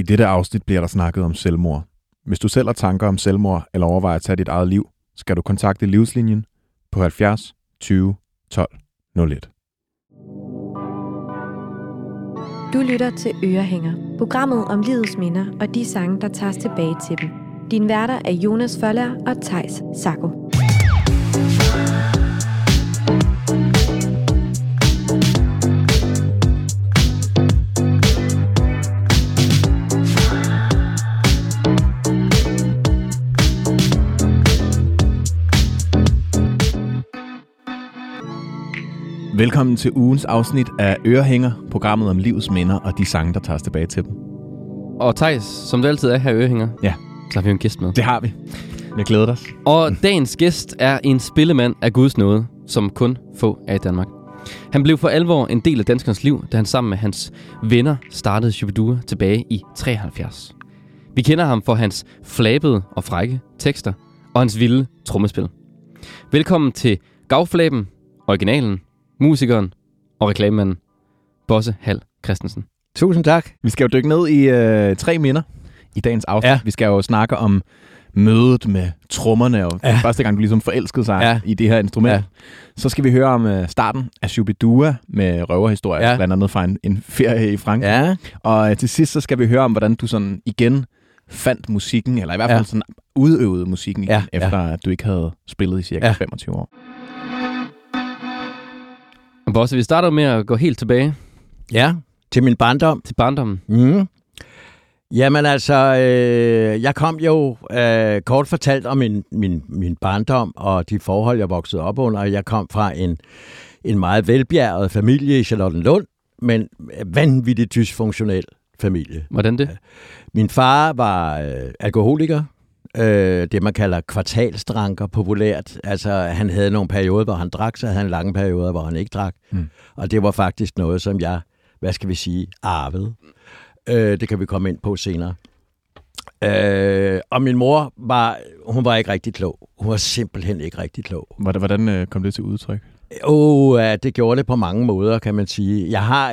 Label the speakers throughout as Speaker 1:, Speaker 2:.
Speaker 1: I dette afsnit bliver der snakket om selvmord. Hvis du selv har tanker om selvmord eller overvejer at tage dit eget liv, skal du kontakte Livslinjen på 70 20 12 01.
Speaker 2: Du lytter til Ørehænger, programmet om livets minder og de sange, der tages tilbage til dem. Dine værter er Jonas Føller og Theis Sacco.
Speaker 1: Velkommen til ugens afsnit af Ørehænger, programmet om livets minder og de sange, der tages tilbage til dem.
Speaker 3: Og Theis, som du altid er her i Ørehænger,
Speaker 1: ja,
Speaker 3: så har vi en gæst med.
Speaker 1: Det har vi. Vi glæder os.
Speaker 3: Og dagens gæst er en spillemand af Guds nåde, som kun få er i Danmark. Han blev for alvor en del af danskernes liv, da han sammen med hans venner startede Shubidua tilbage i 73. Vi kender ham for hans flabede og frække tekster og hans vilde trommespil. Velkommen til Gavflaben, originalen, musikeren og reklamemanden, Bosse Hall Christensen.
Speaker 4: Tusind tak.
Speaker 1: Vi skal jo dykke ned i 3 minder i dagens afsnit. Ja. Vi skal jo snakke om mødet med trommerne, og første gang du ligesom forelskede sig i det her instrument. Ja. Så skal vi høre om starten af Shubidua med røverhistorier, blandt andet fra en ferie i Frankrig. Ja. Og til sidst så skal vi høre om, hvordan du sådan igen fandt musikken, eller i hvert fald sådan udøvede musikken igen, efter at du ikke havde spillet i cirka 25 år.
Speaker 3: Bosse, vi starter med at gå helt tilbage.
Speaker 4: Ja, til min barndom.
Speaker 3: Til barndommen.
Speaker 4: Mm. Jamen altså, jeg kom jo kort fortalt om min barndom og de forhold, jeg voksede op under. Jeg kom fra en meget velbjerget familie i Charlottenlund, men vanvittigt dysfunktionel familie.
Speaker 3: Hvordan det?
Speaker 4: Min far var alkoholiker. Det, man kalder kvartalsdranker populært. Altså, han havde nogle perioder, hvor han drak, så havde han lange perioder, hvor han ikke drak. Og det var faktisk noget, som jeg, arvede. Det kan vi komme ind på senere. Og min mor var ikke rigtig klog. Hun var simpelthen ikke rigtig klog.
Speaker 1: Hvordan kom det til udtryk?
Speaker 4: Det gjorde det på mange måder, kan man sige. Jeg har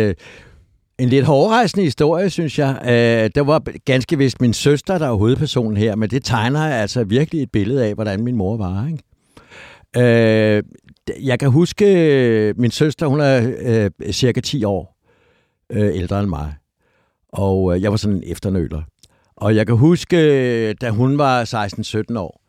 Speaker 4: en lidt hårdrejsende historie, synes jeg. Det var ganske vist min søster, der er hovedpersonen her, men det tegner altså virkelig et billede af, hvordan min mor var, ikke? Jeg kan huske, min søster, hun er cirka 10 år ældre end mig, og jeg var sådan en efternøler. Og jeg kan huske, da hun var 16-17 år,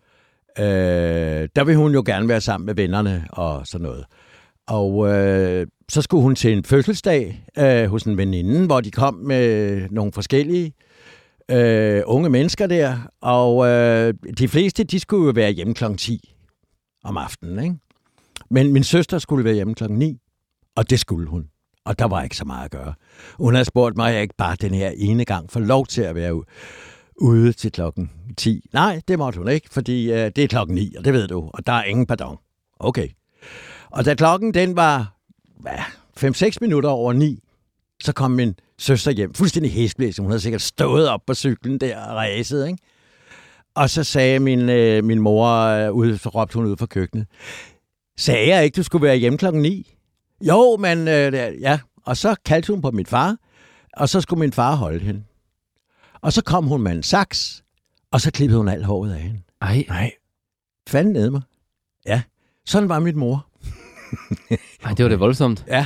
Speaker 4: der ville hun jo gerne være sammen med vennerne og sådan noget. Og så skulle hun til en fødselsdag hos en veninde, hvor de kom med nogle forskellige unge mennesker der. Og de fleste, de skulle jo være hjemme kl. 10 om aftenen, ikke? Men min søster skulle være hjemme kl. 9, og det skulle hun. Og der var ikke så meget at gøre. Hun havde spurgt mig, at jeg ikke bare den her ene gang får lov til at være ude til klokken 10. Nej, det måtte hun ikke, fordi det er klokken 9, og det ved du, og der er ingen pardon. Okay. Og da klokken den var 5-6 minutter over 9, så kom min søster hjem, fuldstændig hæsblæst. Hun havde sikkert stået op på cyklen der og ræset, ikke? Og så sagde min mor, så råbte hun ud fra køkkenet, sagde jeg ikke, du skulle være hjemme klokken 9? Jo, men ja. Og så kaldte hun på min far, og så skulle min far holde hende. Og så kom hun med en saks, og så klippede hun alt håret af hende.
Speaker 3: Ej.
Speaker 4: Fanden ned mig. Ja, sådan var min mor.
Speaker 3: Ej, det var det voldsomt.
Speaker 4: Ja.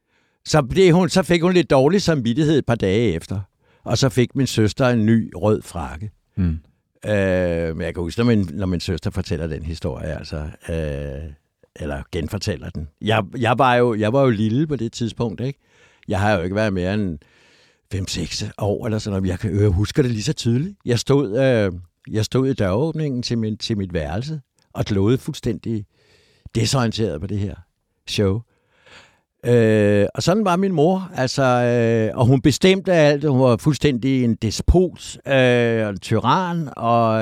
Speaker 4: Så fik hun lidt dårlig samvittighed et par dage efter. Og så fik min søster en ny rød frakke. Jeg kan huske, når min søster fortæller den historie, altså, eller genfortæller den. Jeg var jo lille på det tidspunkt, ikke? Jeg har jo ikke været mere end 5-6 år, eller sådan noget. Jeg husker det lige så tydeligt. Jeg stod i døråbningen til mit værelse, og glodede fuldstændig desorienteret på det her show. Og sådan var min mor, altså, og hun bestemte alt. Hun var fuldstændig en despot og en tyran, og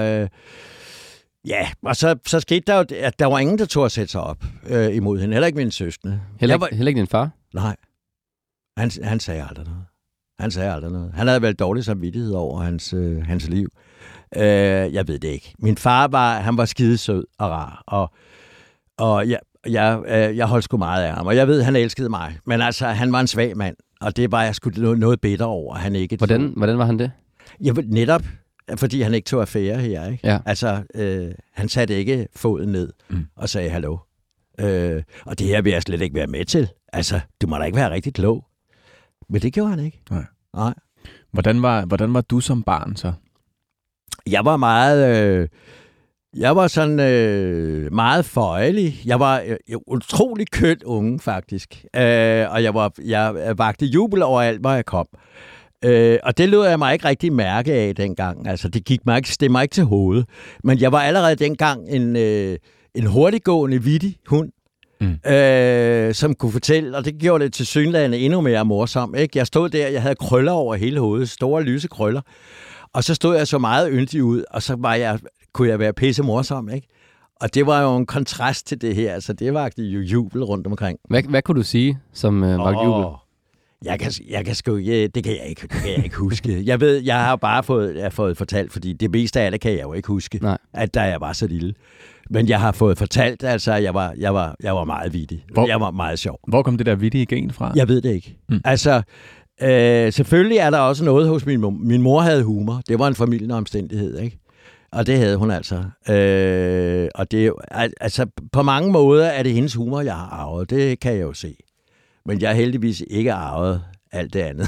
Speaker 4: og så skete der jo, at der var ingen, der turde at sætte sig op imod hende. Heller ikke min søskende.
Speaker 3: Heller ikke din far?
Speaker 4: Nej. Han sagde aldrig noget. Han havde vel dårlig samvittighed over hans liv. Jeg ved det ikke. Min far han var skidesød og rar, og jeg holdt sgu meget af ham, og jeg ved, han elskede mig. Men altså, han var en svag mand, og det var jeg sgu noget bitter over, han ikke...
Speaker 3: Hvordan var han det?
Speaker 4: Jeg vil netop, fordi han ikke tog affære her, ikke?
Speaker 3: Ja.
Speaker 4: Altså, han satte ikke foden ned og sagde hallo. Og det her vil jeg slet ikke være med til. Altså, du må da ikke være rigtig klog. Men det gjorde han ikke. Nej.
Speaker 1: Hvordan var du som barn så?
Speaker 4: Jeg var meget... Jeg var sådan meget føjelig. Jeg var utrolig køn unge, faktisk. Og jeg vagte jubel overalt, hvor jeg kom. Og det lød jeg mig ikke rigtig mærke af dengang. Altså, det stemmer ikke til hovedet. Men jeg var allerede dengang en hurtiggående, vittig hund, som kunne fortælle, og det gjorde det tilsyneladende endnu mere morsomt. Ikke? Jeg stod der, jeg havde krøller over hele hovedet, store lyse krøller. Og så stod jeg så meget yndig ud, og så kunne jeg være pisse morsom, ikke? Og det var jo en kontrast til det her, altså det vagte jo jubel rundt omkring.
Speaker 3: Hvad kunne du sige som vagte jubel?
Speaker 4: Jeg kan sgu ikke, det kan jeg ikke huske. Jeg ved, jeg har bare fået fortalt, fordi det meste af det kan jeg jo ikke huske, at da jeg var så lille. Men jeg har fået fortalt, altså jeg var meget vittig. Jeg var meget sjov.
Speaker 1: Hvor kom det der vittige gen fra?
Speaker 4: Jeg ved det ikke. Altså, selvfølgelig er der også noget hos min mor. Min mor havde humor. Det var en familieomstændighed, ikke? Og det havde hun altså. Og det altså på mange måder er det hendes humor, jeg har arvet. Det kan jeg jo se. Men jeg har heldigvis ikke arvet alt det andet.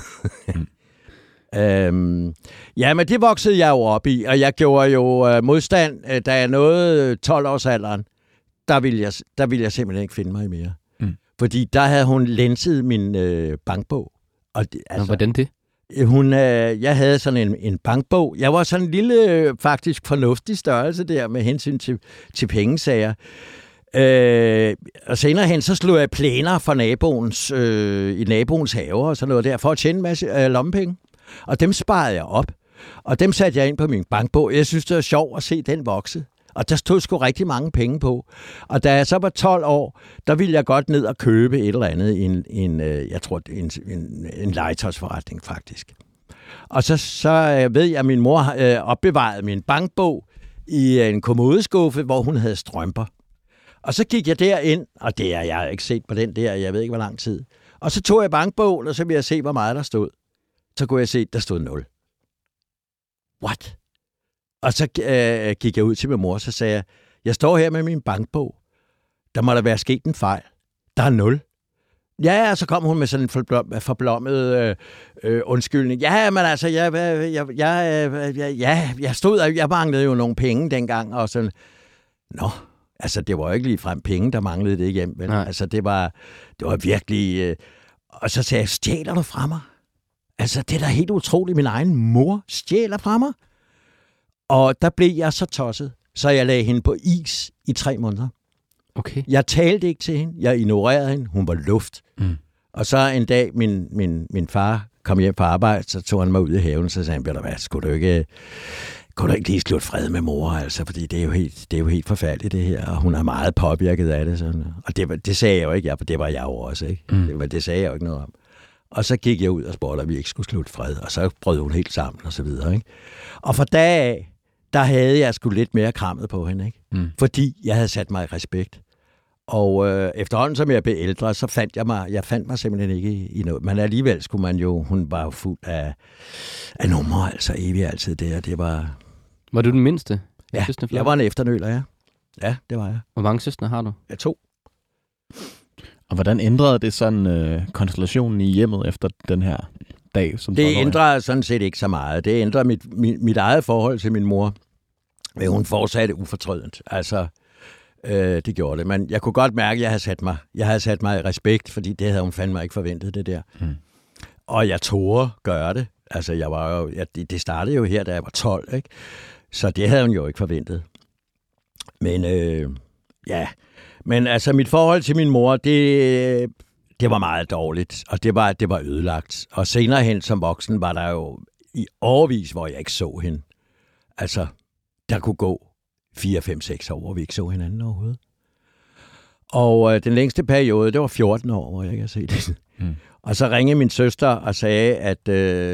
Speaker 4: Ja, men det voksede jeg jo op i, og jeg gjorde jo modstand, da jeg nåede 12-årsalderen. Der ville jeg simpelthen ikke finde mig mere. Fordi der havde hun lænset min bankbog. Og det, altså,
Speaker 3: hvordan det?
Speaker 4: Jeg havde sådan en bankbog. Jeg var sådan en lille, faktisk fornuftig størrelse der med hensyn til pengesager. Og senere hen, så slog jeg plæner for i naboens have og sådan noget der, for at tjene en masse lommepenge. Og dem sparede jeg op. Og dem satte jeg ind på min bankbog. Jeg synes, det var sjovt at se den vokse. Og der stod sgu rigtig mange penge på. Og da jeg så var 12 år, der ville jeg godt ned og købe et eller andet i en legetøjsforretning, faktisk. Og så ved jeg, at min mor opbevarede min bankbog i en kommodeskuffe, hvor hun havde strømper. Og så gik jeg derind, og det jeg har ikke set på den der, jeg ved ikke, hvor lang tid. Og så tog jeg bankbogen, og så ville jeg se, hvor meget der stod. Så kunne jeg se, at der stod 0. What? Og så gik jeg ud til min mor, og så sagde jeg står her med min bankbog. Der må der være sket en fejl. Der er 0. Ja, og så kom hun med sådan en forblommet undskyldning. Ja, men altså, jeg stod, og jeg manglede jo nogle penge dengang, og sådan, altså, det var jo ikke ligefrem penge, der manglede det hjem. Men altså, det var virkelig... Og så sagde jeg, stjæler du fra mig? Altså, det er da helt utroligt. Min egen mor stjæler fra mig. Og der blev jeg så tosset, så jeg lagde hende på is i 3 måneder.
Speaker 3: Okay. Jeg
Speaker 4: talte ikke til hende. Jeg ignorerede hende. Hun var luft. Og så en dag, min far kom hjem på arbejde, så tog han mig ud i haven, så sagde han, ved du hvad, kunne du ikke lige slutte fred med mor, altså, fordi det er jo helt forfærdeligt, det her, og hun er meget påvirket af det. Sådan. Og det sagde jeg jo ikke, for det var jeg jo også, ikke? Det sagde jeg jo ikke noget om. Og så gik jeg ud og spurgte, at vi ikke skulle slutte fred, og så brød hun helt sammen, og så videre, ikke? Og fra dag af, der havde jeg sgu lidt mere krammet på hende, ikke? Fordi jeg havde sat mig i respekt. Og efterhånden, som jeg blev ældre, så fandt mig simpelthen ikke i noget. Men alligevel skulle man jo, hun var jo fuld af numre, altså evigt altid det, og det var...
Speaker 3: Var du den mindste?
Speaker 4: Ja, jeg var en efternøler, ja. Ja, det var jeg.
Speaker 3: Hvor mange søstre har du?
Speaker 4: Ja, 2.
Speaker 1: Og hvordan ændrede det sådan konstellationen i hjemmet efter den her dag? Som
Speaker 4: det ændrede sådan set ikke så meget. Det ændrede mit eget forhold til min mor. Men hun fortsatte ufortrødent. Altså, det gjorde det. Men jeg kunne godt mærke, at jeg havde sat mig i respekt, fordi det havde hun fandme ikke forventet, det der. Og jeg turde gøre det. Altså, det startede jo her, da jeg var 12, ikke? Så det havde hun jo ikke forventet. Men ja... Men altså, mit forhold til min mor, det var meget dårligt, og det var ødelagt. Og senere hen som voksen var der jo i årevis, hvor jeg ikke så hende. Altså, der kunne gå 4, 5, 6 år, hvor vi ikke så hinanden overhovedet. Og den længste periode, det var 14 år, hvor jeg ikke har set det. Og så ringede min søster og sagde, at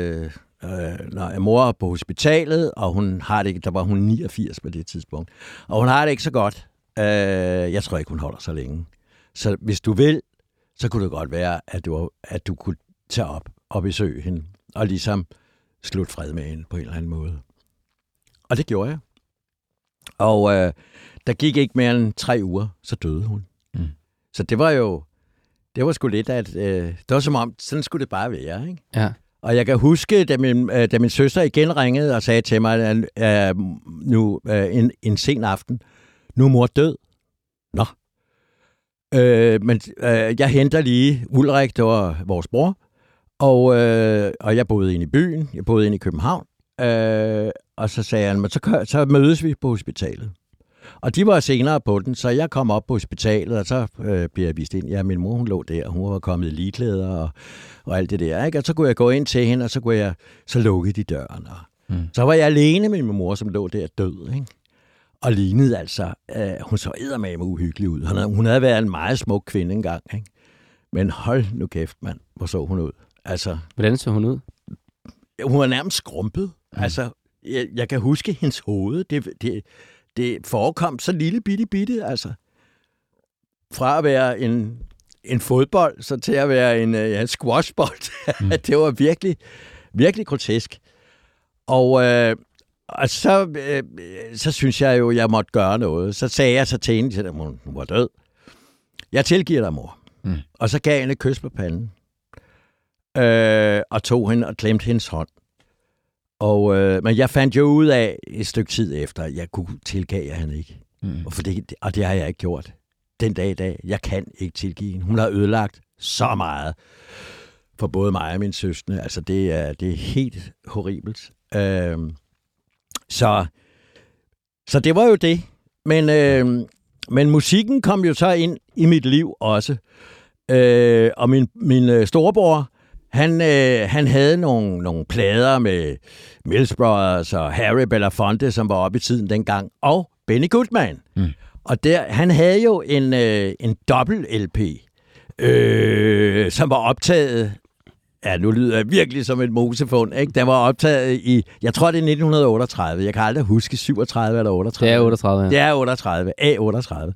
Speaker 4: når mor er på hospitalet, og hun har det ikke, der var hun 89 på det tidspunkt, og hun har det ikke så godt. Jeg tror ikke, hun holder så længe. Så hvis du vil, så kunne det godt være, at du kunne tage op og besøge hende. Og ligesom slutte fred med hende på en eller anden måde. Og det gjorde jeg. Og der gik ikke mere end 3 uger, så døde hun. Mm. Så det var sgu lidt, at det var som om, sådan skulle det bare være, ikke? Ja. Og jeg kan huske, da min søster igen ringede og sagde til mig, nu en sen aften, nu er mor død. Nå. Men jeg henter lige Ulrik, det var vores bror, og jeg boede inde i byen, jeg boede inde i København, og så sagde han, så mødes vi på hospitalet. Og de var senere på den, så jeg kom op på hospitalet, og så blev jeg vist ind. Ja, min mor, hun lå der, hun var kommet i ligeklæder og alt det der, ikke? Og så kunne jeg gå ind til hende, og så lukkede de døren. Og så var jeg alene med min mor, som lå der død, ikke? Og lignede altså, hun så eddermame uhyggelig ud. Hun havde været en meget smuk kvinde engang, ikke? Men hold nu kæft, mand, hvor så hun ud. Altså,
Speaker 3: hvordan så hun ud?
Speaker 4: Hun var nærmest skrumpet. Altså, jeg kan huske hendes hoved. Det forekom så lille bitte, altså. Fra at være en fodbold, så til at være en squashbold. Det var virkelig, virkelig grotesk. Og så synes jeg jo, jeg måtte gøre noget. Så sagde jeg så til hende, at hun var død. Jeg tilgiver dig, mor. Og så gav jeg hende et kys på panden. Og tog hende og klemte hendes hånd. Men jeg fandt jo ud af et stykke tid efter, at jeg kunne tilgive hende ikke. Og det har jeg ikke gjort. Den dag i dag, jeg kan ikke tilgive hende. Hun har ødelagt så meget for både mig og min søskende. Altså, det er helt horribelt. Så det var jo det. Men musikken kom jo så ind i mit liv også. Og min storebror, han havde nogle plader med Mills Brothers og Harry Belafonte, som var oppe i tiden dengang, og Benny Goodman. Og han havde jo en dobbelt-LP, som var optaget. Ja, nu lyder jeg virkelig som et mosefund, ikke? Den var optaget i, jeg tror det er 1938. Jeg kan aldrig huske 37 eller 38.
Speaker 3: Det er 38, ja.
Speaker 4: Det er 38. A38.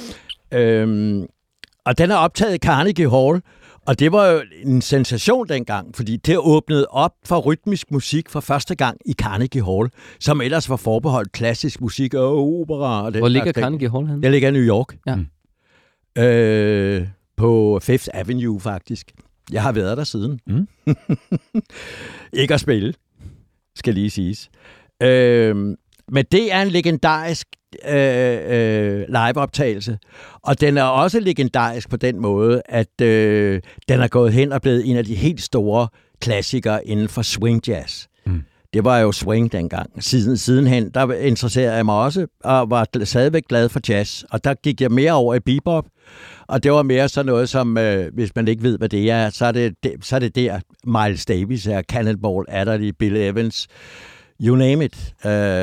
Speaker 4: Og den er optaget i Carnegie Hall, og det var jo en sensation dengang, fordi det åbnede op for rytmisk musik for første gang i Carnegie Hall, som ellers var forbeholdt klassisk musik og opera. Og
Speaker 3: hvor ligger Carnegie Hall hen?
Speaker 4: Det ligger i New York.
Speaker 3: Ja.
Speaker 4: På Fifth Avenue, faktisk. Jeg har været der siden. Ikke at spille, skal lige siges. Men det er en legendarisk liveoptagelse. Og den er også legendarisk på den måde, at den er gået hen og blevet en af de helt store klassikere inden for swing jazz. Det var jo swing dengang. Sidenhen, der interesserede jeg mig også, og var stadigvæk glad for jazz. Og der gik jeg mere over i bebop. Og det var mere sådan noget som, hvis man ikke ved, hvad det er, så er det der Miles Davis er, Cannonball Adderley, Bill Evans, you name it.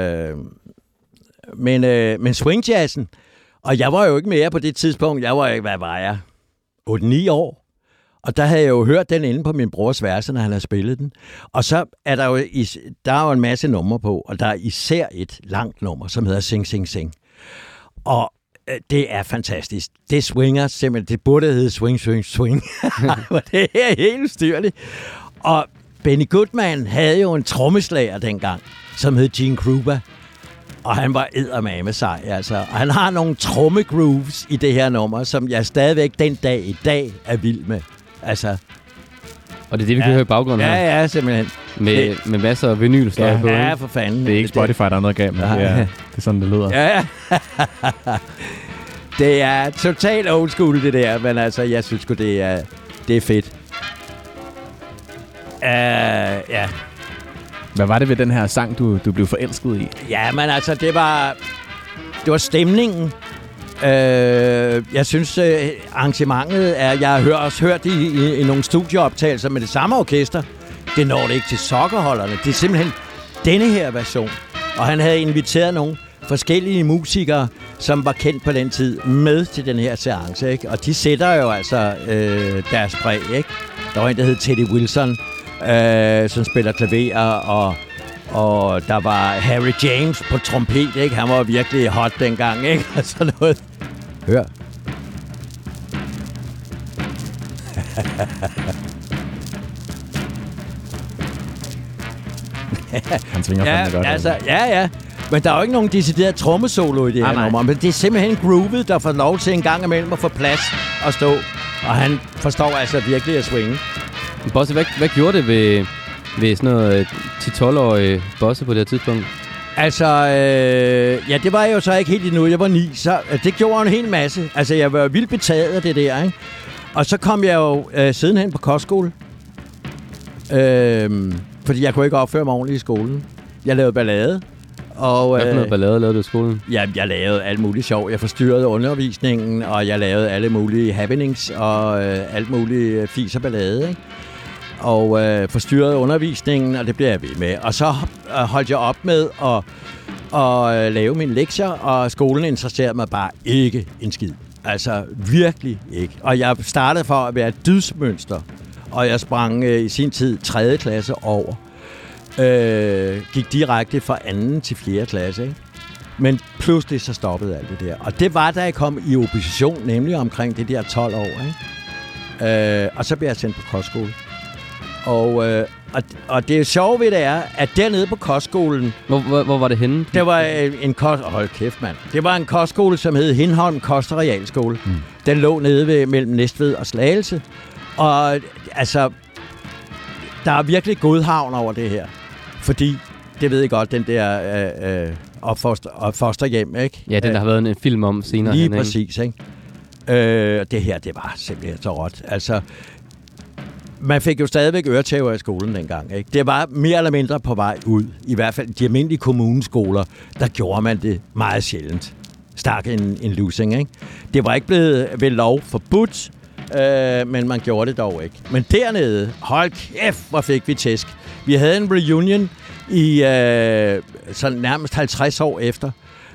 Speaker 4: Men swingjazzen, og jeg var jo ikke mere på det tidspunkt, hvad var jeg? 8-9 år. Og der havde jeg jo hørt den inde på min brors værelse, når han havde spillet den. Og så er der er jo en masse numre på, og der er især et langt nummer, som hedder Sing Sing Sing. Og det er fantastisk. Det swinger simpelthen. Det burde hedde Swing Swing Swing. Det er helt ustyrligt. Og Benny Goodman havde jo en trommeslager dengang, som hed Gene Krupa. Og han var eddermame sej, altså. Og han har nogle trommegrooves i det her nummer, som jeg stadigvæk den dag i dag er vild med. Altså.
Speaker 3: Og det er det, vi kan høre i baggrunden her.
Speaker 4: Ja, simpelthen.
Speaker 3: Med masser af vinylstøj på.
Speaker 4: Ja, for fanden.
Speaker 1: Det er ikke Spotify, der er noget galt med. Det er sådan, det lyder.
Speaker 4: Ja. Det er totalt old school, det der. Men altså, jeg synes sgu, det er fedt. Ja.
Speaker 1: Hvad var det ved den her sang, du blev forelsket i?
Speaker 4: Ja, men altså, det var stemningen. Jeg synes, arrangementet er... Jeg har også hørt i nogle studieoptagelser med det samme orkester. Det når det ikke til sokkerholderne. Det er simpelthen denne her version. Og han havde inviteret nogle forskellige musikere, som var kendt på den tid, med til den her seance, ikke? Og de sætter jo altså deres præg, ikke? Der var en, der hed Teddy Wilson, som spiller klaver, og der var Harry James på trompet, ikke? Han var virkelig hot dengang, ikke? Og sådan noget. Hør.
Speaker 1: Han svinger fandme godt.
Speaker 4: Altså, ja. Men der er jo ikke nogen decideret trommesolo i det her nummer. Men det er simpelthen groovet, der får lov til en gang imellem at få plads og stå. Og han forstår altså virkelig at swinge.
Speaker 3: Bosse, hvad gjorde det ved sådan noget 10-12-årige Bosse på det her tidspunkt?
Speaker 4: Altså, det var jeg jo så ikke helt endnu. Jeg var 9, så det gjorde en hel masse. Altså, jeg var vildt betaget af det der, ikke? Og så kom jeg jo sidenhen på kostskole. Fordi jeg kunne ikke opføre mig ordentligt i skolen. Jeg lavede ballade. Og,
Speaker 3: hvad for noget ballade lavede du i skolen?
Speaker 4: Ja, jeg lavede alt muligt sjov. Jeg forstyrrede undervisningen, og jeg lavede alle mulige happenings og alt muligt fis og ballade, ikke? Og forstyrrede undervisningen, og det bliver jeg ved med. Og så holdt jeg op med at lave mine lektier, og skolen interesserede mig bare ikke en skid. Altså virkelig ikke. Og jeg startede for at være et dydsmønster, og jeg sprang i sin tid 3. klasse over. Gik direkte fra 2. til 4. klasse, ikke? Men pludselig så stoppede alt det der. Og det var, da jeg kom i opposition, nemlig omkring det der 12 år, ikke? Og så blev jeg sendt på kostskole. Og det sjove ved det er, at dernede på kostskolen...
Speaker 3: Hvor var det henne?
Speaker 4: Det var en hold kæft, mand. Det var en kostskole, som hed Hindholm Kost- og Realskole. Den lå nede mellem Næstved og Slagelse. Og altså, der er virkelig godhavn over det her. Fordi, det ved jeg godt, den der fosterhjem, ikke?
Speaker 3: Ja, den der har været en film om senere.
Speaker 4: Lige præcis, ikke? Det her, det var simpelthen så råt. Altså... Man fik jo stadigvæk øretæver i skolen dengang, ikke? Det var mere eller mindre på vej ud. I hvert fald de almindelige kommuneskoler, der gjorde man det meget sjældent. Stak en losing, ikke? Det var ikke blevet ved lov forbudt, men man gjorde det dog ikke. Men dernede, hold kæft, hvor fik vi tæsk. Vi havde en reunion i sådan nærmest 50 år efter.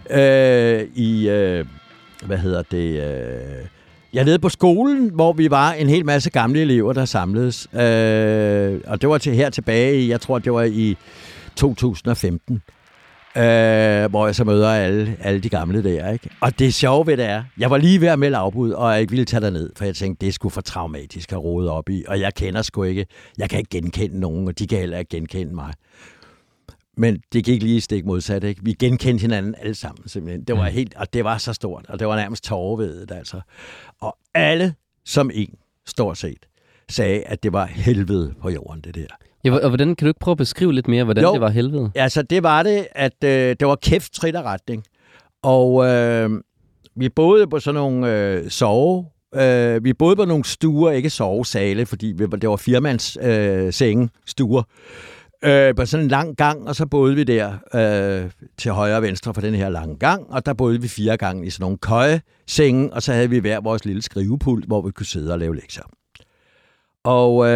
Speaker 4: Jeg nede på skolen, hvor vi var en hel masse gamle elever, der samledes. Og det var her tilbage i, jeg tror, det var i 2015, hvor jeg så møder alle de gamle der, ikke? Og det sjove ved det er, jeg var lige ved at melde afbud, og jeg ikke ville tage derned, for jeg tænkte, det er sgu for traumatisk at rode op i, og jeg kender sgu ikke, jeg kan ikke genkende nogen, og de kan heller ikke genkende mig. Men det gik lige stik modsat, ikke? Vi genkendte hinanden alle sammen, simpelthen. Det var helt, og det var så stort, og det var nærmest tårevedet, altså. Og alle som en, stort set, sagde, at det var helvede på jorden, det der.
Speaker 3: Ja, og hvordan kan du ikke prøve at beskrive lidt mere, hvordan det var helvede?
Speaker 4: Altså, det var det, at det var kæft trit og retning. Og vi boede på sådan nogle vi boede på nogle stuer, ikke sovesale, fordi det var firmands senge, stuer. På sådan en lang gang, og så boede vi der til højre og venstre for den her lange gang, og der boede vi 4 gange i sådan nogle køjesenge, og så havde vi hver vores lille skrivepult, hvor vi kunne sidde og lave lektier. Og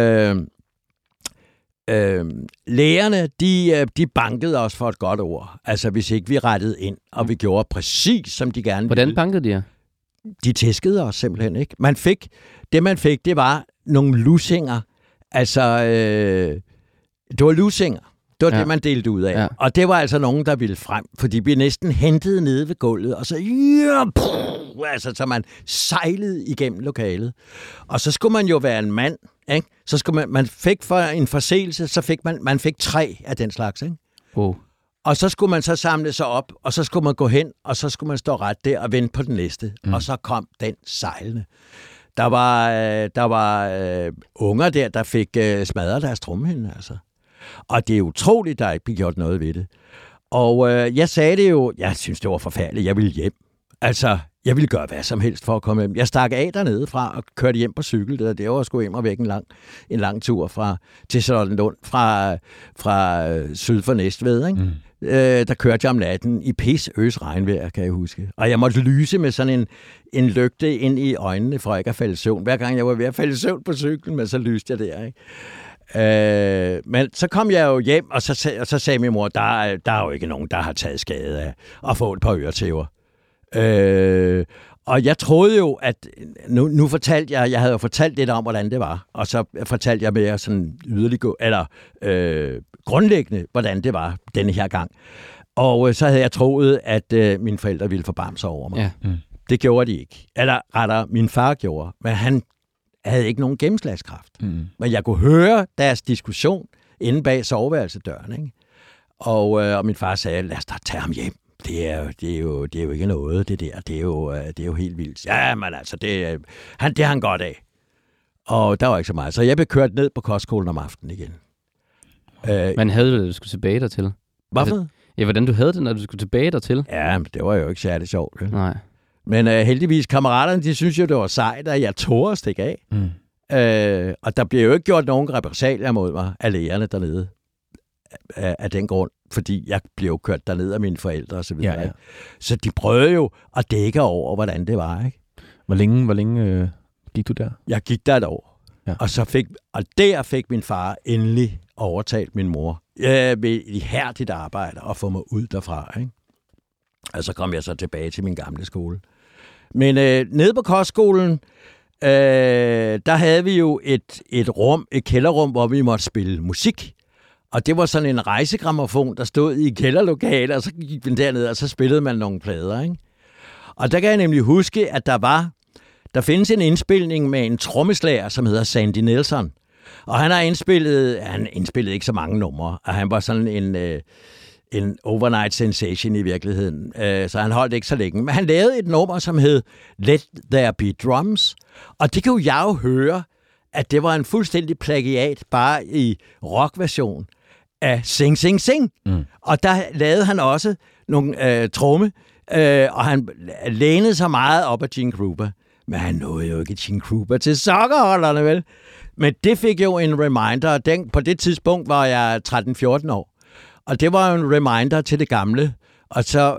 Speaker 4: lærerne, de bankede os for et godt ord. Altså, hvis ikke vi rettede ind, og vi gjorde præcis, som de gerne ville.
Speaker 3: Hvordan bankede de jer?
Speaker 4: De tæskede os simpelthen, ikke? Man fik, det var nogle lusinger. Altså, det var lusinger. Det var det, man delte ud af. Ja. Og det var altså nogen, der ville frem, fordi vi næsten hentede nede ved gulvet, og så så man sejlede igennem lokalet. Og så skulle man jo være en mand, ikke? Så skulle man fik for en forseelse, så fik man fik 3 af den slags, ikke?
Speaker 3: Oh.
Speaker 4: Og så skulle man så samle sig op, og så skulle man gå hen, og så skulle man stå ret der og vente på den næste. Og så kom den sejlende. Der var unger der fik smadret deres trommehinde, altså. Og det er utroligt, der ikke blev gjort noget ved det. Og jeg sagde det jo, jeg synes, det var forfærdeligt, jeg ville hjem. Altså, jeg ville gøre hvad som helst for at komme hjem. Jeg stak af dernede fra og kørte hjem på cykel. Det var sgu hjem og væk en lang tur til Charlottenlund fra syd for Næstved, ikke? Der kørte jeg om natten i øs regnvejr, kan jeg huske. Og jeg måtte lyse med sådan en lygte ind i øjnene, for ikke at falde i søvn. Hver gang jeg var ved at falde i søvn på cyklen, men så lyste jeg der, ikke? Men så kom jeg jo hjem, og så sagde min mor, der er jo ikke nogen, der har taget skade af at få et par øretæver. Og jeg troede jo, at nu fortalte jeg havde jo fortalt lidt om, hvordan det var, og så fortalte jeg mere sådan grundlæggende, hvordan det var denne her gang. Og så havde jeg troet, at mine forældre ville forbarme sig over mig.
Speaker 3: Ja.
Speaker 4: Det gjorde de ikke. Eller rettere, min far gjorde, men han havde ikke nogen gennemslagskraft. Men jeg kunne høre deres diskussion inde bag soveværelsedøren, ikke? Og min far sagde, lad os da tage ham hjem. Det er jo ikke noget, det der. Det er jo helt vildt. Ja, men altså, det har han godt af. Og der var ikke så meget. Så jeg blev kørt ned på kostskolen om aftenen igen.
Speaker 3: Men havde du det, du skulle tilbage dertil?
Speaker 4: Hvorfor?
Speaker 3: Ja, hvordan du havde det, når du skulle tilbage dertil?
Speaker 4: Ja, men det var jo ikke særlig sjovt.
Speaker 3: Nej.
Speaker 4: Men heldigvis, kammeraterne, de synes jo, det var sejt, at jeg tog at stikke af. Og der blev jo ikke gjort nogen repressalier mod mig af lærerne dernede. Af den grund. Fordi jeg blev kørt derned af mine forældre og så videre. Ja. Så de prøvede jo at dække over, hvordan det var, ikke?
Speaker 1: Hvor længe gik du der?
Speaker 4: Jeg gik der et år. Ja. Og der fik min far endelig overtalt min mor ved ihærdigt arbejde og få mig ud derfra, ikke? Og så kom jeg så tilbage til min gamle skole. Men nede på kostskolen, der havde vi jo et kælderrum, hvor vi måtte spille musik. Og det var sådan en rejsegrammofon, der stod i kælderlokalet, og så gik man derned, og så spillede man nogle plader, ikke? Og der kan jeg nemlig huske, at der findes en indspilning med en trommeslager, som hedder Sandy Nelson. Og han indspillede ikke så mange numre, og han var sådan en overnight sensation i virkeligheden. Så han holdt ikke så længe. Men han lavede et nummer, som hed Let There Be Drums. Og det kunne jeg jo høre, at det var en fuldstændig plagiat, bare i rockversion af Sing Sing Sing. Og der lavede han også nogle tromme, og han lænede sig meget op af Gene Krupa. Men han nåede jo ikke Gene Krupa til sokkerholderne, vel? Men det fik jo en reminder. På det tidspunkt var jeg 13-14 år. Og det var jo en reminder til det gamle. Og så,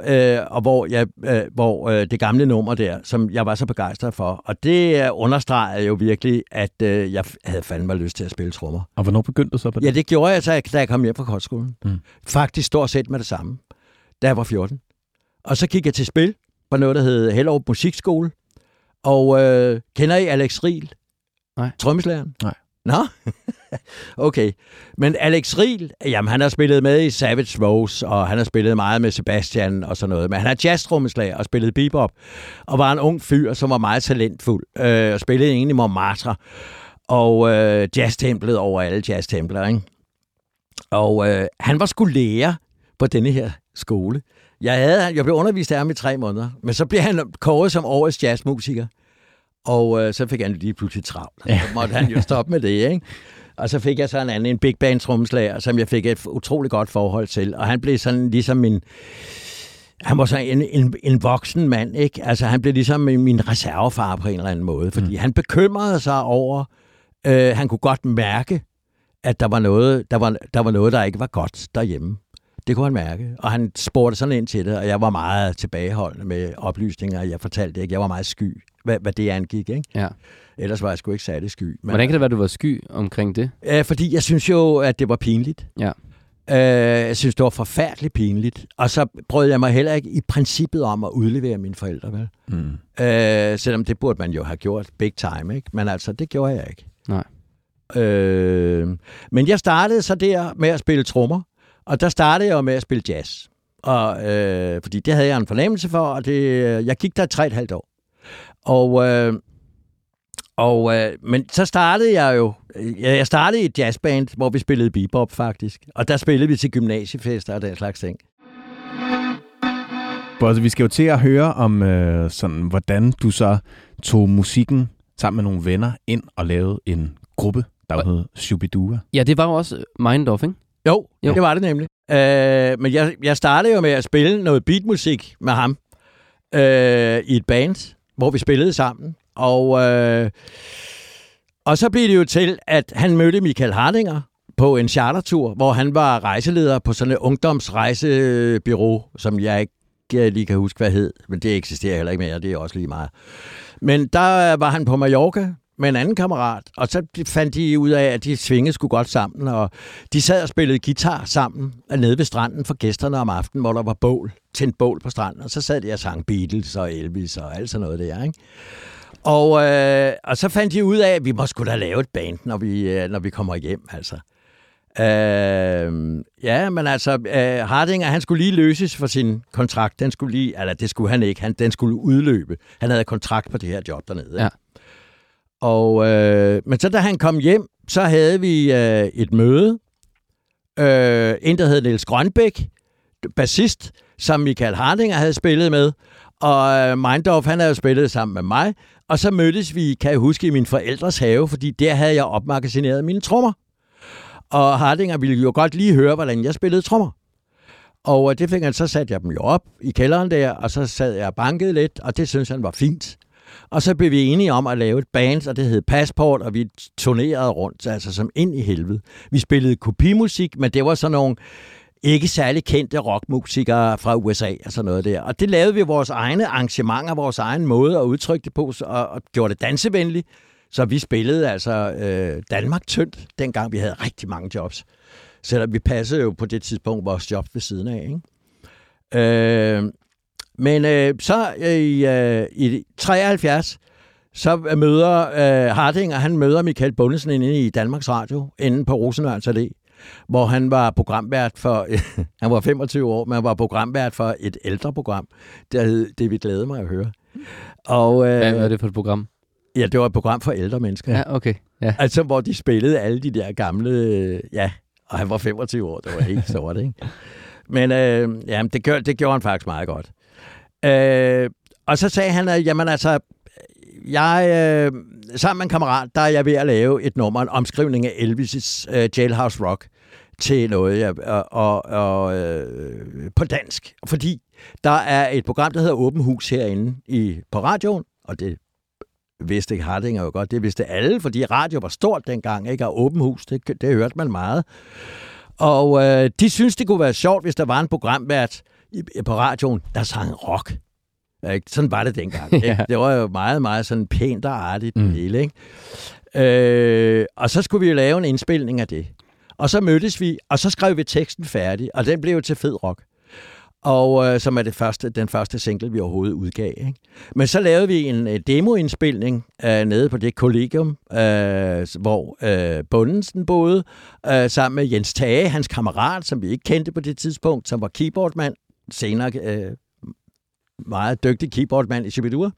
Speaker 4: hvor det gamle nummer der, som jeg var så begejstret for. Og det understregede jo virkelig, at jeg havde fandme lyst til at spille trommer.
Speaker 1: Og hvornår begyndte du så på det?
Speaker 4: Ja, det gjorde jeg så, da jeg kom hjem fra kostskolen. Faktisk stort set med det samme, da jeg var 14. Og så gik jeg til spil på noget, der hed Hellerup Musikskole. Og kender I Alex Riel?
Speaker 3: Nej.
Speaker 4: Trommeslageren?
Speaker 1: Nej.
Speaker 4: Nå? Okay. Men Alex Riel, jamen han har spillet med i Savage Rose, og han har spillet meget med Sebastian og sådan noget. Men han er jazztrommeslager og spillede bebop, og var en ung fyr, som var meget talentfuld, og spillede egentlig Montmartre, og jazztemplet over alle jazztempler, ikke? Og han var sgu lærer på denne her skole. Jeg blev undervist af ham i 3 måneder, men så blev han kåret som årets jazzmusiker. Og så fik han lige pludselig travlt. Så måtte han jo stoppe med det, ikke? Og så fik jeg så en big band trommeslager, som jeg fik et utroligt godt forhold til. Og han blev sådan ligesom han var så en voksen mand, ikke? Altså han blev ligesom min reservefar på en eller anden måde, fordi han bekymrede sig over, han kunne godt mærke, at der var noget, der ikke var godt derhjemme. Det kunne han mærke, og han spurgte sådan ind til det, og jeg var meget tilbageholdende med oplysninger, jeg fortalte ikke. Jeg var meget sky, hvad det angik, ikke?
Speaker 3: Ja.
Speaker 4: Ellers var jeg sgu ikke særlig sky. Men,
Speaker 3: hvordan kan det være, at du var sky omkring det?
Speaker 4: Fordi jeg synes jo, at det var pinligt.
Speaker 3: Ja.
Speaker 4: Jeg synes, det var forfærdeligt pinligt. Og så brød jeg mig heller ikke i princippet om at udlevere mine forældre, vel? Selvom det burde man jo have gjort big time, ikke? Men altså, det gjorde jeg ikke.
Speaker 3: Nej.
Speaker 4: Men jeg startede så der med at spille trommer. Og der startede jeg jo med at spille jazz. Og, fordi det havde jeg en fornemmelse for, og jeg gik der 3,5 år. Men så startede jeg jo... Jeg startede i et jazzband, hvor vi spillede bebop faktisk. Og der spillede vi til gymnasiefester og den slags ting.
Speaker 1: Bosse, vi skal jo til at høre om, sådan, hvordan du så tog musikken sammen med nogle venner ind og lavede en gruppe, der hed Shubidua.
Speaker 3: Ja, det var jo også Mindorf, ikke?
Speaker 4: Jo, det var det nemlig. Men jeg startede jo med at spille noget beatmusik med ham i et band, hvor vi spillede sammen. Og så blev det jo til, at han mødte Michael Hardinger på en chartertur, hvor han var rejseleder på sådan et ungdomsrejsebureau, som jeg ikke lige kan huske, hvad hed. Men det eksisterer heller ikke mere, det er også lige meget. Men der var han på Mallorca med en anden kammerat, og så fandt de ud af, at de svingede sgu godt sammen, og de sad og spillede guitar sammen nede ved stranden for gæsterne om aftenen, hvor der var tændt bål på stranden, og så sad de og sang Beatles og Elvis og alt sådan noget der, ikke? Og så fandt de ud af, at vi må sgu da lave et band, når vi kommer hjem, altså. Men altså, Hardinger, han skulle lige løses for sin kontrakt. Det skulle han ikke. Den skulle udløbe. Han havde kontrakt på det her job dernede. Ja. Men så da han kom hjem, så havde vi et møde, en, der hed Niels Grønbæk, bassist, som Michael Hardinger havde spillet med, og Meindorf, han havde jo spillet sammen med mig, og så mødtes vi, kan jeg huske, i min forældres have, fordi der havde jeg opmagasineret mine trommer. Og Hardinger ville jo godt lige høre, hvordan jeg spillede trommer. Og det fik han, så satte jeg dem jo op i kælderen der, og så sad jeg og bankede lidt, og det synes han var fint. Og så blev vi enige om at lave et band, og det hed Passport, og vi turnerede rundt, altså som ind i helvede. Vi spillede kopimusik, men det var sådan nogle ikke særlig kendte rockmusikere fra USA og sådan noget der. Og det lavede vi vores egne arrangementer, vores egen måde at udtrykke det på, og gjorde det dansevenligt. Så vi spillede altså Danmark tyndt, dengang vi havde rigtig mange jobs. Selvom vi passede jo på det tidspunkt vores job ved siden af, ikke? Så i 73, så møder Hardinger, han møder Michael Bundesen inde i Danmarks Radio, inde på Rosenørns Allé, hvor han var programvært for, han var 25 år, men han var programvært for et ældre program, der hed Det vi glæder mig at høre. Og,
Speaker 3: hvad er det for et program?
Speaker 4: Ja, det var et program for ældre mennesker.
Speaker 3: Ja, okay. Ja.
Speaker 4: Altså, hvor de spillede alle de der gamle, og han var 25 år, det var helt stort, ikke? Men det gjorde han faktisk meget godt. Og så sagde han, at jamen altså, jeg sammen med en kammerat, der er jeg ved at lave et nummer, en omskrivning af Elvis' Jailhouse Rock til noget på dansk. Fordi der er et program, der hedder Åben Hus herinde på radioen, og det vidste ikke Hardinger jo godt, det vidste alle, fordi radio var stort dengang, ikke? Og Åben Hus, det hørte man meget. Og de synes det kunne være sjovt, hvis der var en programvært på radioen, der sang rock. Sådan var det dengang. Ikke? Det var jo meget, meget sådan pænt og artigt det hele. Ikke? Og så skulle vi jo lave en indspilning af det. Og så mødtes vi, og så skrev vi teksten færdig, og den blev jo til Fed Rock. Og som er den første single, vi overhovedet udgav. Ikke? Men så lavede vi en demoindspilning nede på det kollegium, hvor Bundesen boede, sammen med Jens Tage, hans kammerat, som vi ikke kendte på det tidspunkt, som var keyboardmand, senere meget dygtig keyboardmand i Shubidua.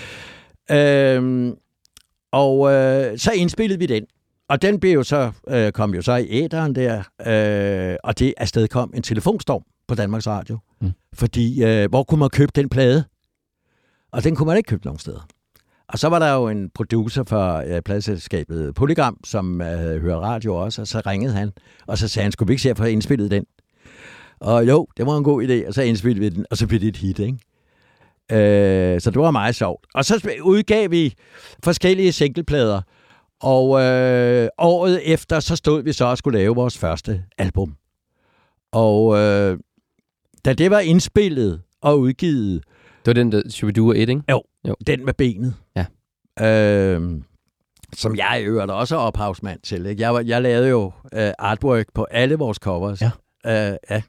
Speaker 4: Så indspillede vi den. Og den blev jo så, kom jo så i æteren der, og det afstedkom en telefonstorm på Danmarks Radio. Fordi, hvor kunne man købe den plade? Og den kunne man ikke købe nogen steder. Og så var der jo en producer for pladeselskabet Polygram, som havde hørt radio også, og så ringede han, og så sagde han, skulle vi ikke se at få indspillet den? Og jo, det var en god idé, og så indspillede vi den, og så blev det et hit, ikke? Så det var meget sjovt. Og så udgav vi forskellige singleplader, og året efter, så stod vi så og skulle lave vores første album. Og da det var indspillet og udgivet...
Speaker 3: Det var den, der Shubidua 1, ikke?
Speaker 4: Jo, den med benet.
Speaker 3: Ja.
Speaker 4: Som jeg i øvrigt også er ophavsmand til. Ikke? Jeg lavede jo artwork på alle vores covers. Ja.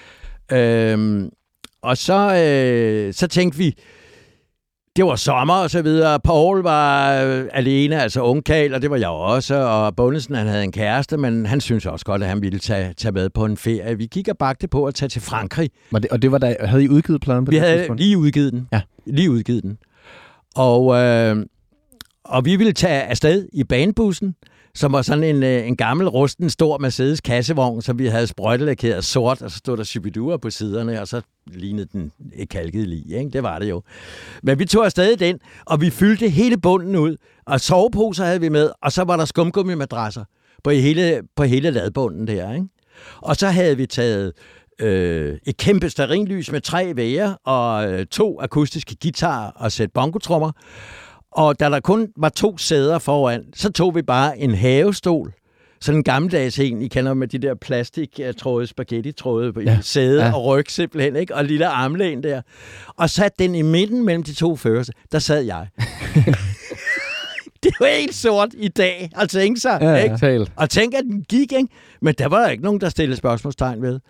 Speaker 4: Og så tænkte vi, det var sommer og så videre. Paul var alene, altså ungkarl, og det var jeg også. Og Bundesen, han havde en kæreste, men han syntes også godt, at han ville tage med på en ferie. Vi gik og bagte på at tage til Frankrig.
Speaker 1: Og det var da, havde I udgivet pladen på
Speaker 4: det tidspunkt? Vi havde lige udgivet den. Ja. Lige udgivet den. Og vi ville tage afsted i banebussen, som var sådan en gammel, rusten, stor Mercedes kassevogn, som vi havde sprøjtelakeret sort, og så stod der Shubidua på siderne, og så lignede den et kalket lig, ikke? Det var det jo. Men vi tog afsted den, og vi fyldte hele bunden ud, og soveposer havde vi med, og så var der skumgummimadrasser på hele ladbunden der, ikke? Og så havde vi taget et kæmpe stearinlys med 3 væger, og 2 akustiske guitarer og sæt bongotrommer. Og da der kun var 2 sæder foran, så tog vi bare en havestol. Sådan en gammeldags en, I kender med de der plastiktråde, spaghetti-tråde i sæde og ryg simpelthen, ikke? Og en lille armlæn der. Og satte den i midten mellem de 2 første. Der sad jeg. Det var helt sort i dag at tænke sig, ikke? Og tænke, at den gik, ikke? Men der var ikke nogen, der stillede spørgsmålstegn ved.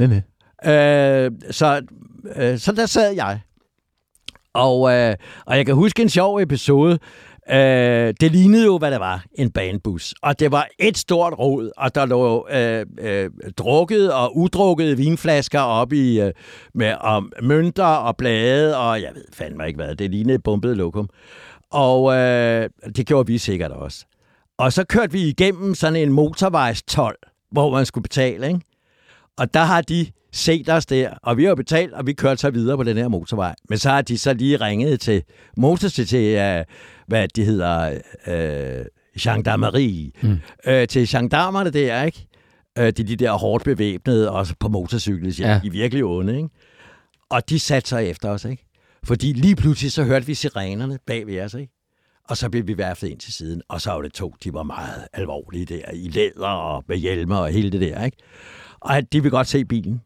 Speaker 4: Så der sad jeg. Og jeg kan huske en sjov episode. Det lignede jo, hvad det var, en banebus. Og det var et stort rod, og der lå drukket og udrukkede vinflasker op i med mønter og blade, og jeg ved fandme ikke hvad. Det lignede et bumpet lokum. Og det gjorde vi sikkert også. Og så kørte vi igennem sådan en motorvejstold, hvor man skulle betale, ikke? Og der har de set os der, og vi har betalt, og vi kørte så videre på den her motorvej. Men så har de så lige ringet til hvad det hedder, gendarmerie. Til gendarmerne der, ikke? De der hårdt bevæbnede, også på motorcyklen, de er virkelig onde, ikke? Og de satte sig efter os, ikke? Fordi lige pludselig så hørte vi sirenerne bag ved os, ikke? Og så blev vi værftet ind til siden, og så var det to, de var meget alvorlige der, i læder og med hjelmer og hele det der, ikke? Og de vil godt se bilen.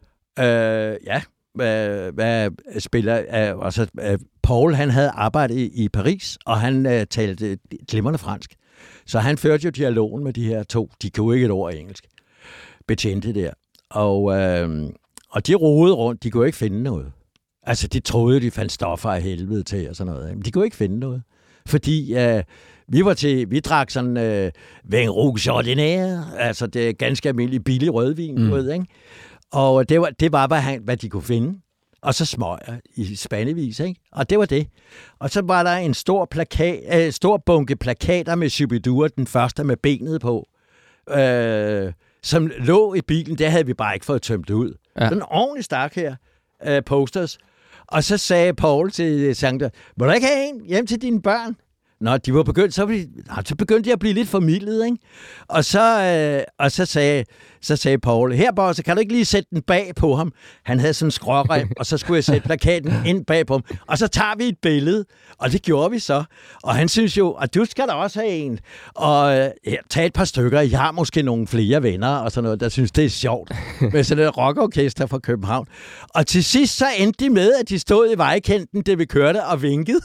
Speaker 4: Hvad spiller... Altså, Paul, han havde arbejdet i Paris, og han talte glimrende fransk. Så han førte jo dialogen med de her to. De kunne ikke et ord engelsk. Betjente der. Og de rodede rundt, de kunne ikke finde noget. Altså, de troede, de fandt stoffer af helvede til og sådan noget. Men de kunne ikke finde noget. Fordi vi drak sådan vin rouge ordinaire, altså det er ganske almindelig billig rødvin, du ved, ikke? Og det var hvad de kunne finde. Og så smøger i spandevis, ikke? Og det var det. Og så var der en stor bunke plakater med Shubidua, den første med benet på, som lå i bilen. Det havde vi bare ikke fået tømt ud. Ja. Sådan en ordentlig stak her, posters. Og så sagde Paul til Sander, må du ikke have en hjem til dine børn? Nå, de var begyndt, så begyndte de at blive lidt formidlet, ikke? Og så sagde Paul, her Bosse, kan du ikke lige sætte den bag på ham? Han havde sådan en skrårem, og så skulle jeg sætte plakaten ind bag på ham. Og så tager vi et billede, og det gjorde vi så. Og han synes jo, at du skal da også have en. Og tag et par stykker, jeg har måske nogle flere venner, og sådan noget, der synes, det er sjovt. Med sådan et rockorkester fra København. Og til sidst så endte de med, at de stod i vejkanten, det vi kørte, og vinkede.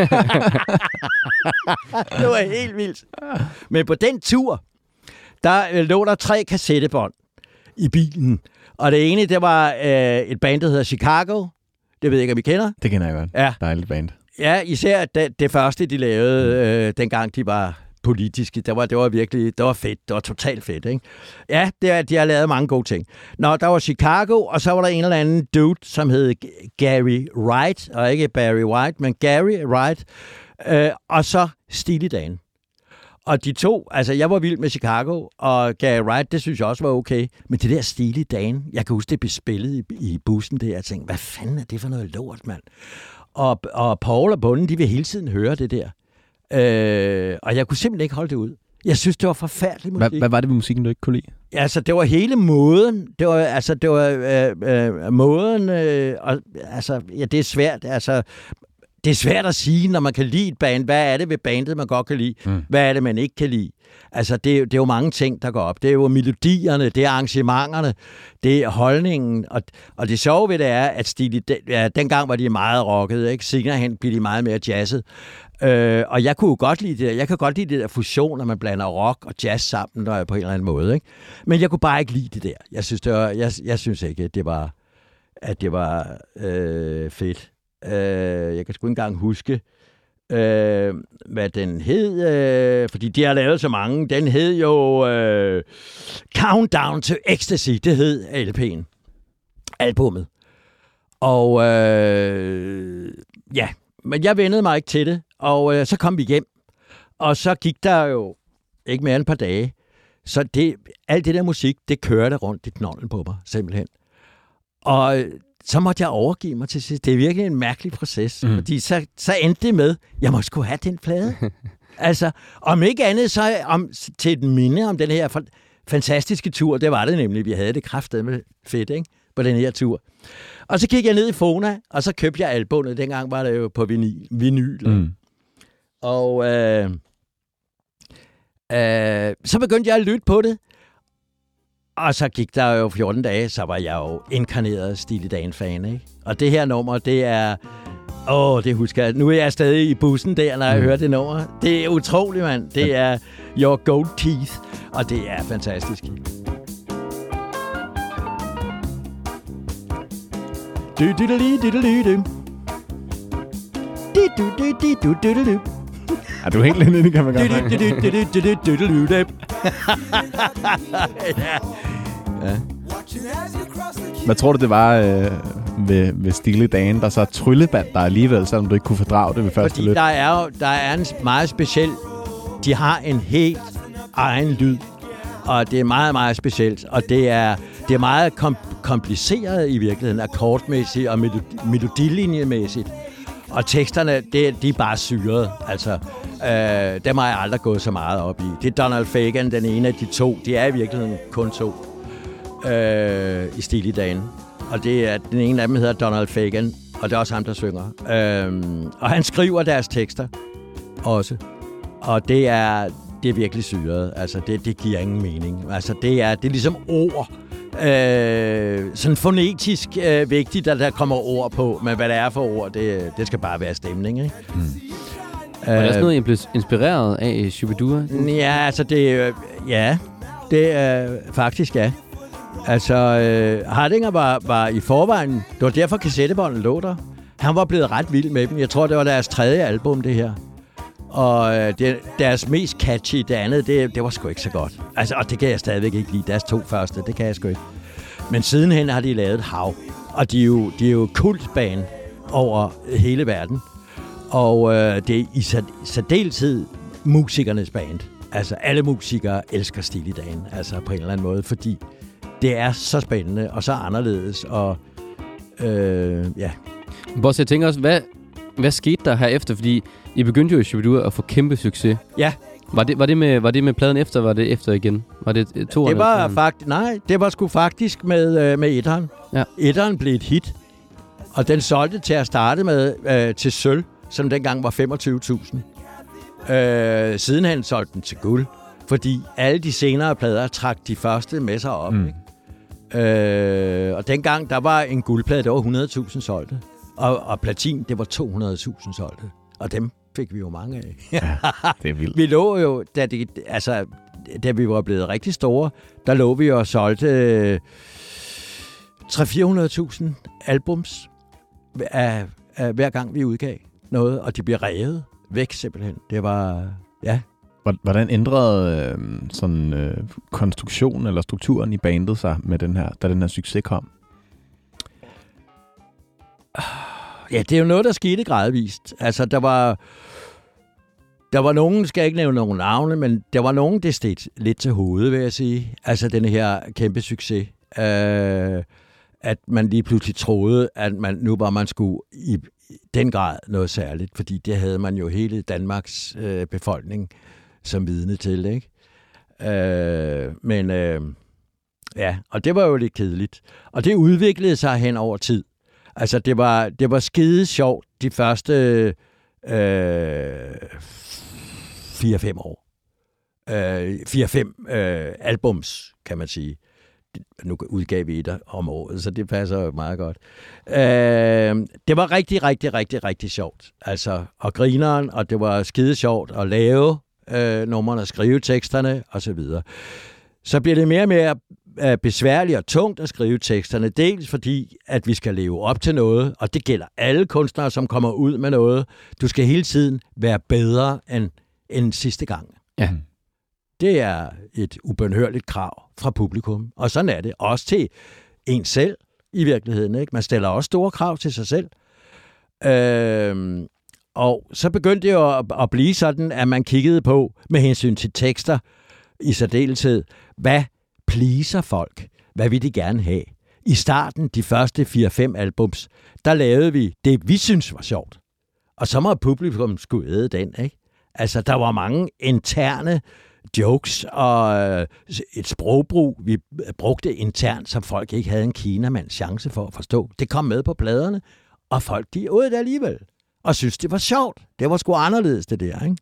Speaker 4: Det var helt vildt. Men på den tur, der lå der 3 kassettebånd i bilen. Og det ene, det var et band, der hedder Chicago. Det ved jeg ikke, om I kender.
Speaker 1: Det kender jeg godt.
Speaker 4: Ja.
Speaker 1: Dejligt band.
Speaker 4: Ja, især det første, de lavede, dengang de var politiske. Det var virkelig, det var fedt. Det var totalt fedt, ikke? Ja, de har lavet mange gode ting. Nå, der var Chicago, og så var der en eller anden dude, som hed Gary Wright, og ikke Barry White, men Gary Wright. Og så Steely Dan. Og de to, altså jeg var vild med Chicago, og Gary Wright, det synes jeg også var okay. Men det der Steely Dan, jeg kan huske, det blev spillet i bussen der, jeg tænkte, hvad fanden er det for noget lort, mand? Og Paul og Bunden, de vil hele tiden høre det der. Og jeg kunne simpelthen ikke holde det ud. Jeg synes, det var forfærdelig musik.
Speaker 1: Hvad var det ved musikken, du ikke kunne lide?
Speaker 4: Altså, det var hele måden. Det var måden, og altså, ja, det er svært, altså... Det er svært at sige, når man kan lide et band. Hvad er det ved bandet, man godt kan lide? Hvad er det, man ikke kan lide? Altså, det er jo mange ting, der går op. Det er jo melodierne, det er arrangementerne, det er holdningen. Og det sjove ved det er, at dengang var de meget rockede, ikke? Senere hen blev de meget mere jazzet. Og jeg kunne godt lide det. Jeg kan godt lide det der fusion, når man blander rock og jazz sammen på en eller anden måde, ikke? Men jeg kunne bare ikke lide det der. Jeg synes ikke, at det var fedt. Jeg kan sgu ikke engang huske, hvad den hed, fordi de har lavet så mange. Den hed jo Countdown to Ecstasy, det hed LP'en, albummet. Og ja, men jeg vendede mig ikke til det, og så kom vi hjem, og så gik der jo ikke mere end et par dage, så alt det der musik, det kørte rundt i knolden på mig, simpelthen. Og så måtte jeg overgive mig til sidst. Det er virkelig en mærkelig proces, fordi så endte det med, jeg må sgu have den plade. Altså, om ikke andet, så til et minde om den her fantastiske tur, det var det nemlig, vi havde det kraftedeme fedt, ikke? På den her tur. Og så gik jeg ned i Fona, og så købte jeg albummet. Dengang var det jo på vinyl. Og så begyndte jeg at lytte på det. Og så gik der jo 14 dage, så var jeg jo inkarneret Steely Dan-fan, ikke? Og det her nummer, det er... det husker jeg. Nu er jeg stadig i bussen der, når jeg hører det nummer. Det er utroligt, mand. Det er Your Gold Teeth, og det er fantastisk.
Speaker 1: Er du helt inde i det, kan man godt ja. Hvad tror du, det var ved Steely Dan, der så trylleband der alligevel, selvom du ikke kunne fordrage det ved første lyt?
Speaker 4: Der er en meget speciel... De har en helt egen lyd, og det er meget, meget specielt. Og det er det er meget kompliceret i virkeligheden, akkordmæssigt og melodilinjemæssigt. Og teksterne, de er bare syrede. Altså, dem har jeg aldrig gået så meget op i. Det er Donald Fagen, den ene af de to. De er i virkeligheden kun to i Stil i dagen. Og det er, den ene af dem hedder Donald Fagen, og det er også ham, der synger. Og han skriver deres tekster også. Og det er virkelig syret. Altså, det giver ingen mening. Altså, det er ligesom ord. Sådan fonetisk vigtigt, at der kommer ord på, men hvad det er for ord, det skal bare være stemning, ikke?
Speaker 3: Var det også noget, I blev inspireret af i Shubidua?
Speaker 4: Ja, altså det er faktisk, ja. Altså, Hardinger var i forvejen, det var derfor kassettebåndet lå der. Han var blevet ret vild med dem. Jeg tror, det var deres 3. album, det her. Og deres mest catchy, det andet, det var sgu ikke så godt. Altså, og det kan jeg stadigvæk ikke lide. Deres 2 første, det kan jeg sgu ikke. Men sidenhen har de lavet et hav. Og de er jo kultband over hele verden. Og det er i særdeleshed musikernes band. Altså, alle musikere elsker Stil i dagen. Altså, på en eller anden måde. Fordi det er så spændende og så anderledes. Og ja.
Speaker 3: Boss, jeg tænker også, hvad skete der herefter? Fordi I begyndte jo i Shubidua at få kæmpe succes.
Speaker 4: Ja.
Speaker 3: Var det med pladen efter, var det efter igen? Var det 2
Speaker 4: Det var faktisk, nej, det var sgu faktisk med etteren.
Speaker 3: Ja.
Speaker 4: Etteren blev et hit, og den solgte til at starte med til sølv, som dengang var 25.000. Sidenhen solgte den til guld, fordi alle de senere plader trak de første med sig op. Ikke? Og dengang, der var en guldplade, der var 100.000 solgte. Og platin, det var 200.000 solgte. Og dem fik vi jo mange af.
Speaker 1: Ja, det er vildt.
Speaker 4: Vi lå jo, da vi var blevet rigtig store, der lå vi og solgte 300.000-400.000 albums af hver gang vi udgav noget. Og de blev revet væk simpelthen. Det var, ja.
Speaker 1: Hvordan ændrede konstruktionen eller strukturen i bandet sig med da den her succes kom?
Speaker 4: Ja, det er jo noget, der skete gradvist. Altså, der var nogen, skal jeg ikke nævne nogen navne, men der var nogen, det steg lidt til hovedet, vil jeg sige. Altså, den her kæmpe succes. At man lige pludselig troede, at man skulle i den grad noget særligt, fordi det havde man jo hele Danmarks befolkning som vidne til, ikke? Ja, og det var jo lidt kedeligt. Og det udviklede sig hen over tid. Altså, det var skide sjovt de første 4-5 år. 4-5 albums, kan man sige. Nu udgav vi et om året, så det passer jo meget godt. Det var rigtig, rigtig, rigtig, rigtig sjovt. Altså, og grineren, og det var skide sjovt at lave numrene, skrive teksterne, osv. Så bliver det mere og mere besværligt og tungt at skrive teksterne. Dels fordi, at vi skal leve op til noget, og det gælder alle kunstnere, som kommer ud med noget. Du skal hele tiden være bedre end sidste gang.
Speaker 3: Ja.
Speaker 4: Det er et ubønhørligt krav fra publikum. Og sådan er det. Også til en selv i virkeligheden. Ikke? Man stiller også store krav til sig selv. Og så begyndte det jo at blive sådan, at man kiggede på, med hensyn til tekster i særdeleshed, hvad pleaser folk? Hvad vil de gerne have? I starten, de første 4-5 albums, der lavede vi det, vi synes var sjovt. Og så må publikum skulle æde den, ikke? Altså, der var mange interne jokes og et sprogbrug, vi brugte internt, som folk ikke havde en kinamands chance for at forstå. Det kom med på pladerne, og folk, de åd det alligevel. Og synes, det var sjovt. Det var sgu anderledes, det der, ikke?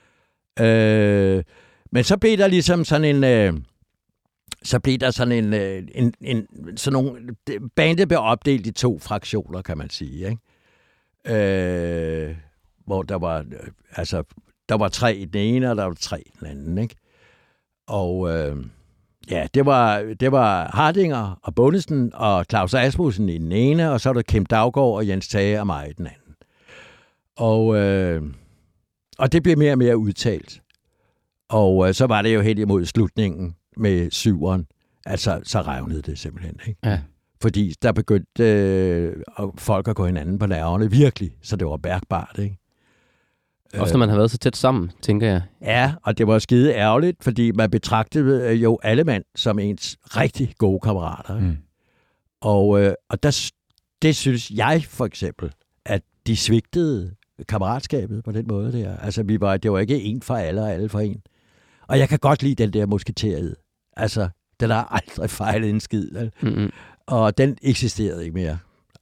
Speaker 4: Men så blev der ligesom sådan en... sådan nogle... Bandet blev opdelt i 2 fraktioner, kan man sige, ikke? Hvor der var... der var 3 i den ene, og der var 3 i den anden, ikke? Og ja, det var Hardinger og Bundesen og Claus Asmussen i den ene, og så var der Kim Daugaard og Jens Tage og mig i den anden. Og det blev mere og mere udtalt. Og så var det jo helt imod slutningen med 7'eren. Altså, så revnede det simpelthen, ikke?
Speaker 3: Ja.
Speaker 4: Fordi der begyndte folk at gå hinanden på nerverne, virkelig, så det var mærkbart, ikke?
Speaker 3: Også når man har været så tæt sammen, tænker jeg.
Speaker 4: Ja, og det var skide ærgerligt, fordi man betragtede jo alle mand som ens rigtig gode kammerater. Mm. Og det synes jeg for eksempel, at de svigtede kammeratskabet på den måde der. Altså, det var ikke en for alle og alle for en. Og jeg kan godt lide den der musketeriet. Altså, den har aldrig fejlet en skid. Mm-hmm. Og den eksisterede ikke mere.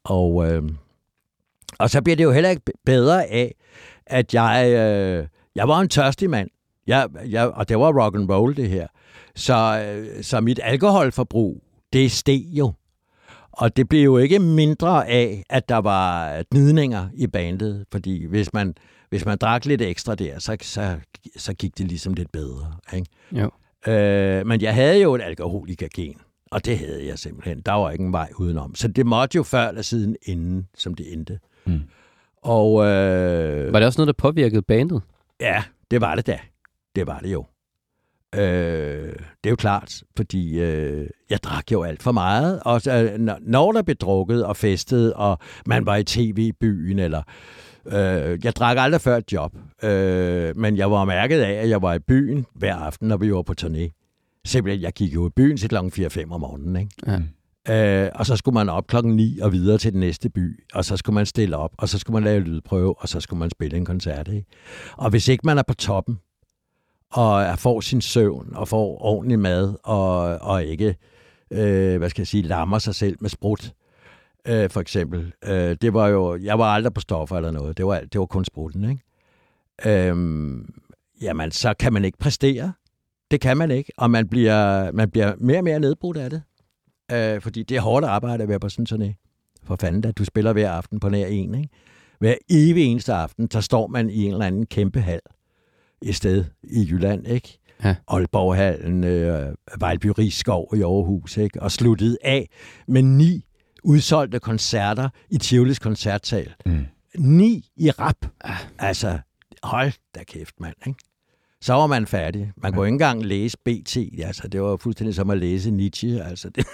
Speaker 4: Og så bliver det jo heller ikke bedre af, at jeg var en tørstig mand. Og det var rock and roll, det her. Så mit alkoholforbrug, det steg jo. Og det blev jo ikke mindre af, at der var gnidninger i bandet. Fordi hvis man drak lidt ekstra der, så gik det ligesom lidt bedre. Ikke?
Speaker 3: Jo.
Speaker 4: Men jeg havde jo et alkoholikergen, og det havde jeg simpelthen. Der var ikke en vej udenom. Så det måtte jo før eller siden ende, som det endte. Mm. Og,
Speaker 3: var det også noget, der påvirkede bandet?
Speaker 4: Ja, det var det da. Det var det jo. Det er jo klart, fordi jeg drak jo alt for meget. Og når der blev drukket og festet, og man var i tv i byen, eller... jeg drak aldrig før et job, men jeg var mærket af, at jeg var i byen hver aften, når vi var på turné. Simpelthen, jeg gik jo i byen til klokken 4-5 om morgenen, ikke? Ja. Og så skulle man op klokken 9 og videre til den næste by, og så skulle man stille op, og så skulle man lave lydprøve, og så skulle man spille en koncert, ikke? Og hvis ikke man er på toppen, og får sin søvn, og får ordentlig mad, og ikke, lammer sig selv med sprut, for eksempel. Det var jo, jeg var aldrig på stoffer eller noget. Det var kun sprutten, ikke? Jamen, så kan man ikke præstere. Det kan man ikke, og man bliver mere og mere nedbrudt af det. Fordi det er hårdt arbejde at være på sådan en turné. For fanden da, du spiller hver aften på nær en, ikke? Hver evig eneste aften, så står man i en eller anden kæmpe hal et sted i Jylland, ikke? Ja. Aalborghallen, Vejlby Rigskov i Aarhus, ikke? Og sluttet af med 9 udsolgte koncerter i Tivolis koncertsal. 9 i rap. Altså, hold da kæft, mand, ikke? Så var man færdig. Man kunne ikke engang læse BT. Altså, det var fuldstændig som at læse Nietzsche. Altså, det.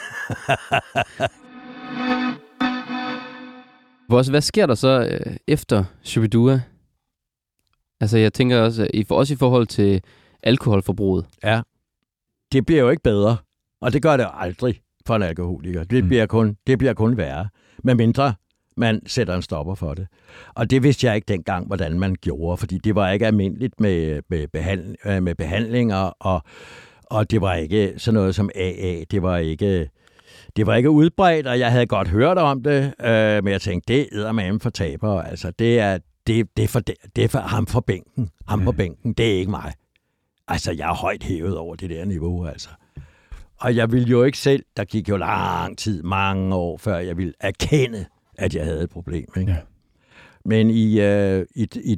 Speaker 3: Hvad sker der så efter Shubidua? Altså, jeg tænker også i forhold til alkoholforbruget.
Speaker 4: Ja. Det bliver jo ikke bedre. Og det gør det aldrig for en alkoholiker. Det bliver kun værre. Med mindre man sætter en stopper for det. Og det vidste jeg ikke dengang, hvordan man gjorde, fordi det var ikke almindeligt med behandlinger, og det var ikke sådan noget som AA. Det var ikke udbredt, og jeg havde godt hørt om det, men jeg tænkte, det er eddermame for tabere. Altså, det er for ham for bænken. Ham på bænken, det er ikke mig. Altså, jeg er højt hævet over det der niveau, altså. Og jeg ville jo ikke selv, der gik jo lang tid, mange år, før jeg ville erkende, at jeg havde et problem. Ikke? Ja. Men i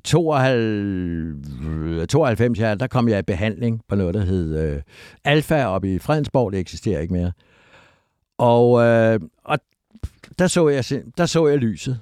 Speaker 4: 92, der kom jeg i behandling på noget, der hed Alfa oppe i Fredensborg. Det eksisterer ikke mere. Og der så jeg lyset.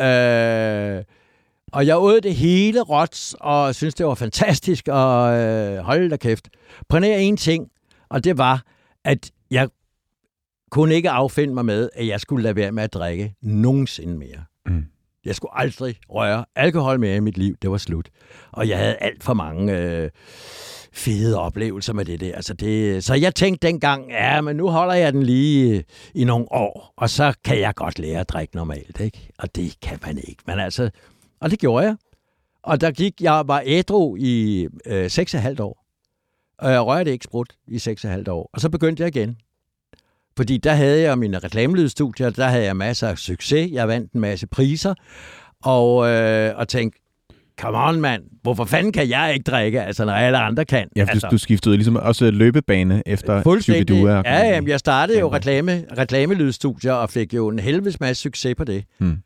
Speaker 4: Og jeg åd det hele råt, og synes det var fantastisk, og hold da kæft. Prøv nær en ting, og det var, at jeg kunne ikke affinde mig med, at jeg skulle lade være med at drikke nogensinde mere. Mm. Jeg skulle aldrig røre alkohol mere i mit liv. Det var slut. Og jeg havde alt for mange fede oplevelser med det der. Altså så jeg tænkte dengang, ja, men nu holder jeg den lige i nogle år, og så kan jeg godt lære at drikke normalt, ikke? Og det kan man ikke. Men altså, og det gjorde jeg. Og jeg var ædru i 6,5 år. Og jeg rørte ikke sprut i 6,5 år. Og så begyndte jeg igen. Fordi der havde jeg mine reklamelydstudier, der havde jeg masser af succes. Jeg vandt en masse priser. Og tænkte, come on, mand, hvorfor fanden kan jeg ikke drikke, altså når alle andre kan?
Speaker 1: Ja,
Speaker 4: altså,
Speaker 1: du skiftede ligesom også løbebane efter Shubidua.
Speaker 4: Ja, jeg startede jo reklamelydstudier og fik jo en helvedes masse succes på det. Hmm.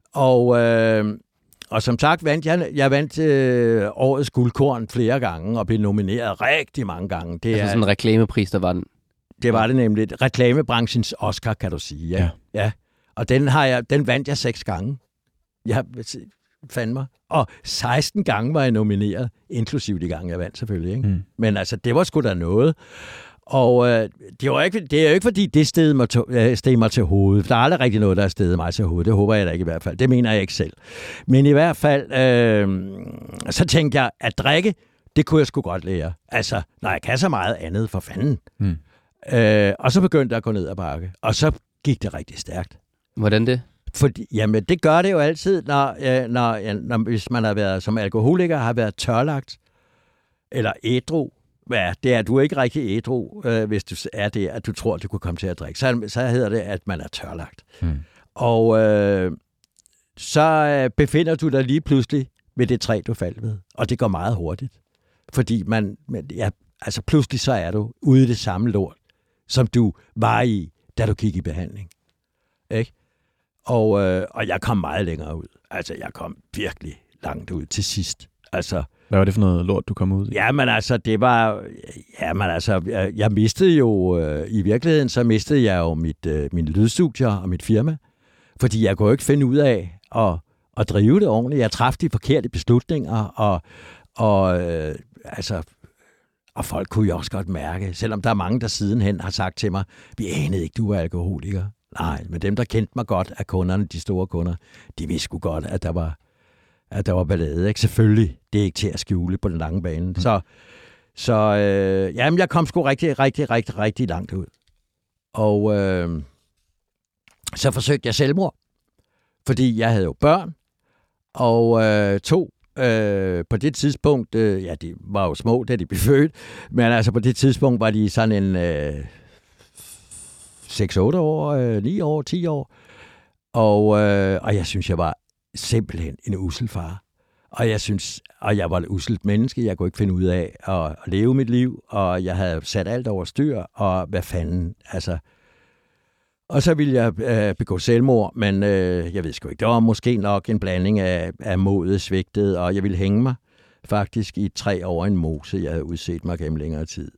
Speaker 4: Og som sagt vandt jeg vandt årets guldkorn flere gange og blev nomineret rigtig mange gange.
Speaker 3: Det altså sådan en reklamepris, der var den?
Speaker 4: Det var det nemlig. Reklamebranchens Oscar, kan du sige. Ja. Og den vandt jeg 6 gange. Jeg fandt mig. Og 16 gange var jeg nomineret, inklusive de gange, jeg vandt selvfølgelig. Ikke? Mm. Men altså, det var sgu da noget. Og det er jo ikke, fordi det steg mig til hovedet. Der er aldrig rigtig noget, der er steget mig til hovedet. Det håber jeg da ikke i hvert fald. Det mener jeg ikke selv. Men i hvert fald, så tænkte jeg, at drikke, det kunne jeg sgu godt lære. Altså, når jeg kan så meget andet, for fanden. Og så begyndte jeg at gå ned ad bakke. Og så gik det rigtig stærkt.
Speaker 3: Hvordan det?
Speaker 4: Fordi, jamen, det gør det jo altid, når hvis man har været som alkoholiker, har været tørlagt, eller ædru. Ja, det er du ikke rigtig ædru, hvis du er det, at du tror, at du kunne komme til at drikke. Så hedder det, at man er tørlagt. Og så befinder du dig lige pludselig ved det træ, du faldt ved. Og det går meget hurtigt. Fordi pludselig så er du ude i det samme lort, som du var i, da du gik i behandling. Ikke? Og jeg kom meget længere ud. Altså, jeg kom virkelig langt ud til sidst. Altså,
Speaker 1: hvad var det for noget lort, du kom ud i?
Speaker 4: Jamen altså, jeg mistede jo, i virkeligheden, så mistede jeg jo mine lydstudier og mit firma. Fordi jeg kunne jo ikke finde ud af at drive det ordentligt. Jeg traf de forkerte beslutninger, og folk kunne jo også godt mærke, selvom der er mange, der sidenhen har sagt til mig, vi anede ikke, du var alkoholiker. Nej, men dem, der kendte mig godt af kunderne, de store kunder, de vidste sgu godt, at der var ballade. Ikke? Selvfølgelig, det er ikke til at skjule på den lange bane. Så jeg kom sgu rigtig, rigtig, rigtig, rigtig langt ud. Og så forsøgte jeg selvmord, fordi jeg havde jo børn, og på det tidspunkt, de var jo små, da de blev født, men altså på det tidspunkt var de sådan en 6-8 år, 9 år, 10 år, og jeg synes, jeg var simpelthen en ussel far. Og jeg var et usselt menneske. Jeg kunne ikke finde ud af at leve mit liv, og jeg havde sat alt over styr, og hvad fanden, altså. Og så ville jeg begå selvmord, men jeg ved sgu ikke. Det var måske nok en blanding af modet, svigtet, og jeg ville hænge mig faktisk i 3 år i en mose. Jeg havde udset mig gennem længere tid.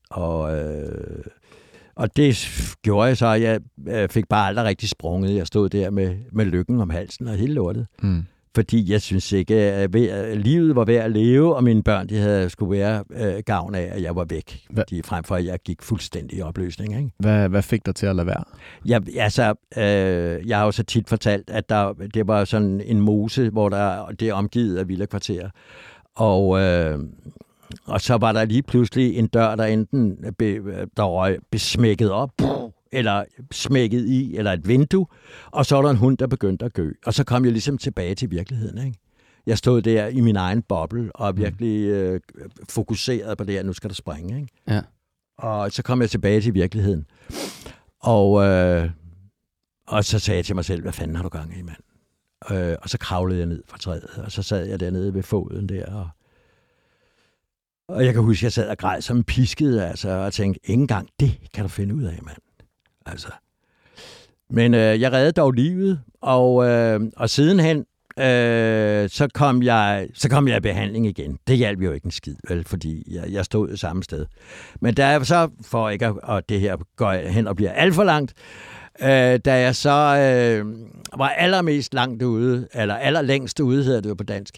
Speaker 4: Og det gjorde jeg så, jeg fik bare aldrig rigtig sprunget. Jeg stod der med lykken om halsen og hele lortet. Fordi jeg synes ikke, at livet var værd at leve, og mine børn, de havde skulle være gavn af, at jeg var væk. Fordi frem for, at jeg gik fuldstændig i opløsning. Ikke?
Speaker 1: Hvad fik dig til at lade være?
Speaker 4: Jeg har jo så tit fortalt, at det var sådan en mose, hvor det er omgivet af villakvarterer. Og så var der lige pludselig en dør, der enten der besmækket op, eller smækket i, eller et vindue, og så var der en hund, der begyndte at gø. Og så kom jeg ligesom tilbage til virkeligheden. Ikke? Jeg stod der i min egen boble, og virkelig fokuseret på det, at nu skal der springe. Ikke?
Speaker 3: Ja.
Speaker 4: Og så kom jeg tilbage til virkeligheden. Og så sagde jeg til mig selv, hvad fanden har du gang i, mand? Og så kravlede jeg ned fra træet, og så sad jeg dernede ved foden der, og jeg kan huske, at jeg sad og græd som pisket, altså, og tænkte, ikke engang det kan du finde ud af, mand. Altså. Men jeg reddede dog livet, og sidenhen, så kom jeg i behandling igen. Det hjalp jo ikke en skid, vel, fordi jeg stod samme sted. Men da jeg så, for ikke at det her går hen og bliver alt for langt, da jeg så var allermest langt ude, eller allerlængst ude, hedder det jo på dansk,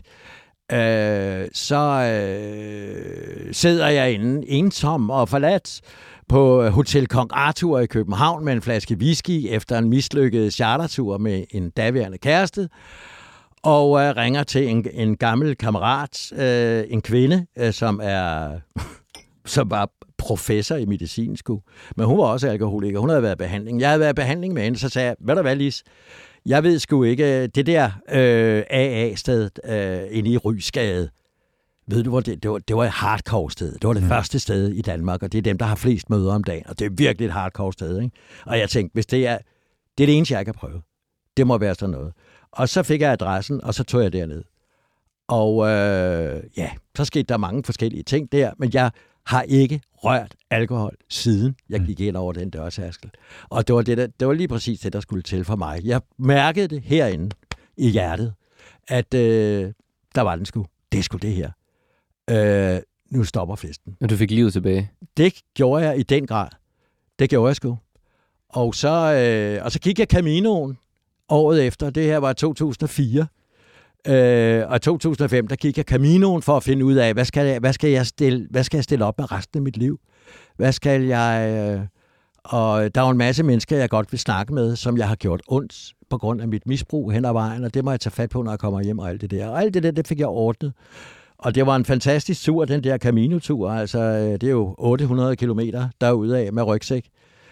Speaker 4: så sidder jeg inde ensom og forladt på Hotel Kong Arthur i København med en flaske whisky efter en mislykket chartertur med en daværende kæreste, og ringer til en gammel kammerat, en kvinde, som var professor i medicin, men hun var også alkoholiker. Hun havde været i behandling. Jeg havde været i behandling med hende, så sagde jeg, ved du hvad, Lis? Jeg ved sgu ikke, det der AA-stedet inde i Rysgade, ved du hvor det var et hardcore-sted. Det var det første sted i Danmark, og det er dem, der har flest møder om dagen, og det er virkelig et hardcore-sted. Ikke? Og jeg tænkte, hvis det er det eneste, jeg kan prøve. Det må være sådan noget. Og så fik jeg adressen, og så tog jeg derned. Og så skete der mange forskellige ting der, men jeg har ikke rørt alkohol siden jeg gik ind over den dørtærskel. Og det var lige præcis det, der skulle til for mig. Jeg mærkede det herinde i hjertet, at der var den sgu. Det er sgu det her. Nu stopper festen.
Speaker 3: Og du fik livet tilbage?
Speaker 4: Det gjorde jeg i den grad. Det gjorde jeg sgu. Og så gik jeg Caminoen året efter. Det her var 2004. Og i 2005, der gik jeg Caminoen for at finde ud af, hvad skal jeg stille op med resten af mit liv? Hvad skal jeg... Og der er jo en masse mennesker, jeg godt vil snakke med, som jeg har gjort ondt på grund af mit misbrug hen ad vejen, og det må jeg tage fat på, når jeg kommer hjem og alt det der. Og alt det der, det fik jeg ordnet. Og det var en fantastisk tur, den der Camino-tur. Altså, det er jo 800 kilometer derudaf med rygsæk.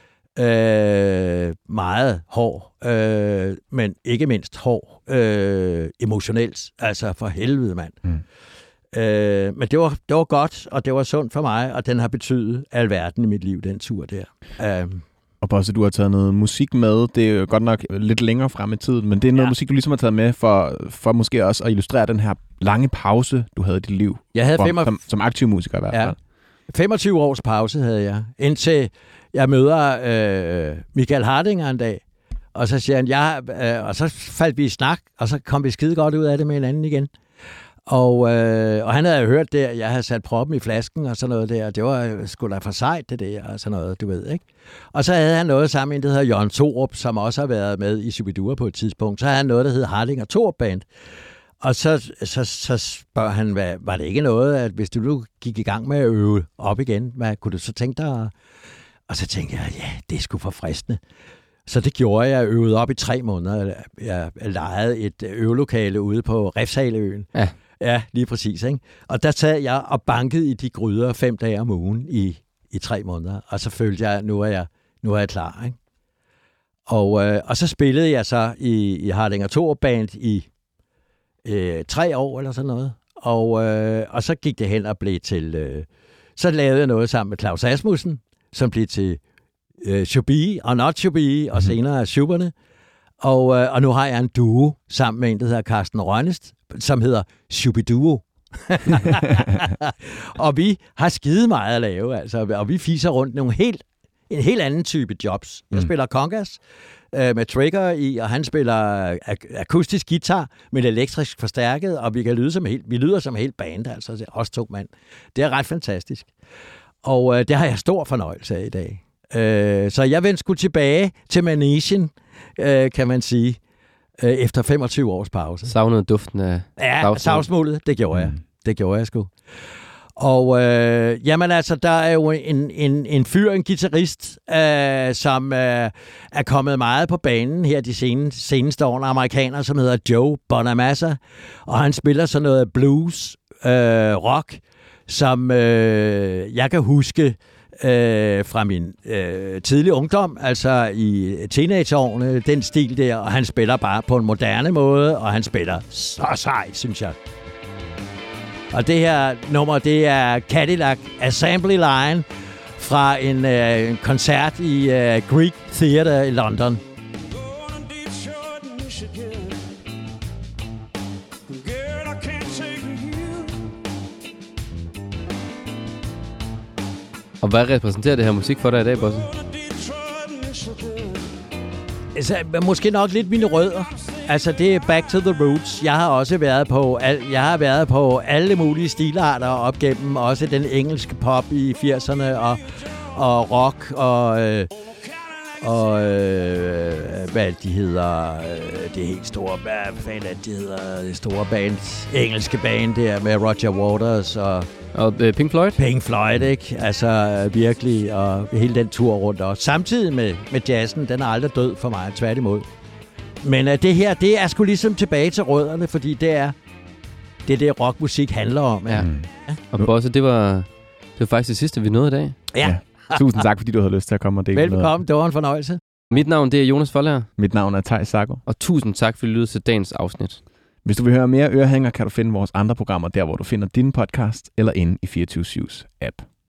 Speaker 4: Meget hård, men ikke mindst hård emotionelt. Altså for helvede, mand. Men det var godt, og det var sundt for mig, og den har betydet alverden i mit liv, den tur der.
Speaker 1: Og Bosse, du har taget noget musik med. Det er jo godt nok lidt længere frem i tiden, men det er noget musik, du ligesom har taget med for måske også at illustrere den her lange pause, du havde i dit liv.
Speaker 4: Jeg havde
Speaker 1: som aktiv musiker i hvert fald.
Speaker 4: 25 års pause havde jeg, indtil jeg møder Michael Hardinger en dag, og så siger han, og så faldt vi i snak, og så kom vi skide godt ud af det med hinanden igen. Og han havde hørt det, jeg havde sat proppen i flasken og sådan noget der. Det var sgu da for sejt, det der og sådan noget, du ved, ikke? Og så havde han noget sammen med en, der hedder Jørgen Thorup, som også har været med i Shubidua på et tidspunkt. Så havde han noget, der hedder Hardinger Thorup Band. Og så spørger han, var det ikke noget, at hvis du nu gik i gang med at øve op igen, hvad kunne du så tænke dig? Og så tænkte jeg, ja, det er sgu for fristende. Så det gjorde jeg. Jeg øvede op i 3 måneder. Jeg lejede et øvelokale ude på Refshaleøen. Ja. Ja, lige præcis. Ikke? Og der sad jeg og bankede i de gryder 5 dage om ugen i 3 måneder. Og så følte jeg, nu er jeg klar. Ikke? Og så spillede jeg så i Hardinger Thorup Band i 3 år eller sådan noget. Og så gik det hen og blev til... så lavede jeg noget sammen med Claus Asmussen, som blev til Shubie og Not Shubie, og senere Schuberne. Og nu har jeg en duo sammen med en, der hedder Carsten Rønnest, som hedder Shubiduo. Og vi har skide meget at lave, altså, og vi fiser rundt en helt anden type jobs. Jeg spiller congas med trigger i, og han spiller akustisk guitar med elektrisk forstærket, og vi lyder som helt band, altså os 2 mand. Det er ret fantastisk. Og det har jeg stor fornøjelse af i dag. Så jeg vendte sgu tilbage til Manesien, kan man sige, efter 25 års pause.
Speaker 3: Savnede duften af
Speaker 4: savsmålet, det gjorde jeg. Det gjorde jeg sgu. Og jamen altså, der er jo en guitarist, som er kommet meget på banen her de seneste år, en amerikaner, som hedder Joe Bonamassa, og han spiller sådan noget blues, rock, som jeg kan huske fra min tidlige ungdom, altså i teenageårene, den stil der, og han spiller bare på en moderne måde, og han spiller så sejt, synes jeg. Og det her nummer, det er Cadillac Assembly Line fra en koncert i Greek Theatre i London.
Speaker 3: Og hvad repræsenterer det her musik for dig i dag, Bosse?
Speaker 4: Altså, måske nok lidt mine rødder. Altså, det er back to the roots. Jeg har også været på alle mulige stilarter op gennem, også den engelske pop i 80'erne og rock og hvad de hedder, det helt store, hvad fanden er de hedder, det store band, engelske band der med Roger Waters
Speaker 3: og Pink Floyd?
Speaker 4: Pink Floyd, ikke? Altså virkelig, og hele den tur rundt også. Samtidig med jazzen, den er aldrig død for mig, tværtimod. Men det her, det er sgu ligesom tilbage til rødderne, fordi det er det rockmusik handler om. Ja.
Speaker 3: Ja. Og Bosse, det var faktisk det sidste, vi nåede i dag.
Speaker 4: Ja.
Speaker 1: Tusind tak, fordi du havde lyst til at komme og dele noget.
Speaker 4: Velbekomme, det var en fornøjelse.
Speaker 3: Mit navn, det er Jonas Foldager.
Speaker 1: Mit navn er Theis Sacco.
Speaker 3: Og tusind tak, fordi du lyttede til dagens afsnit.
Speaker 1: Hvis du vil høre mere Ørehænger, kan du finde vores andre programmer der, hvor du finder din podcast, eller inde i 24/7's app.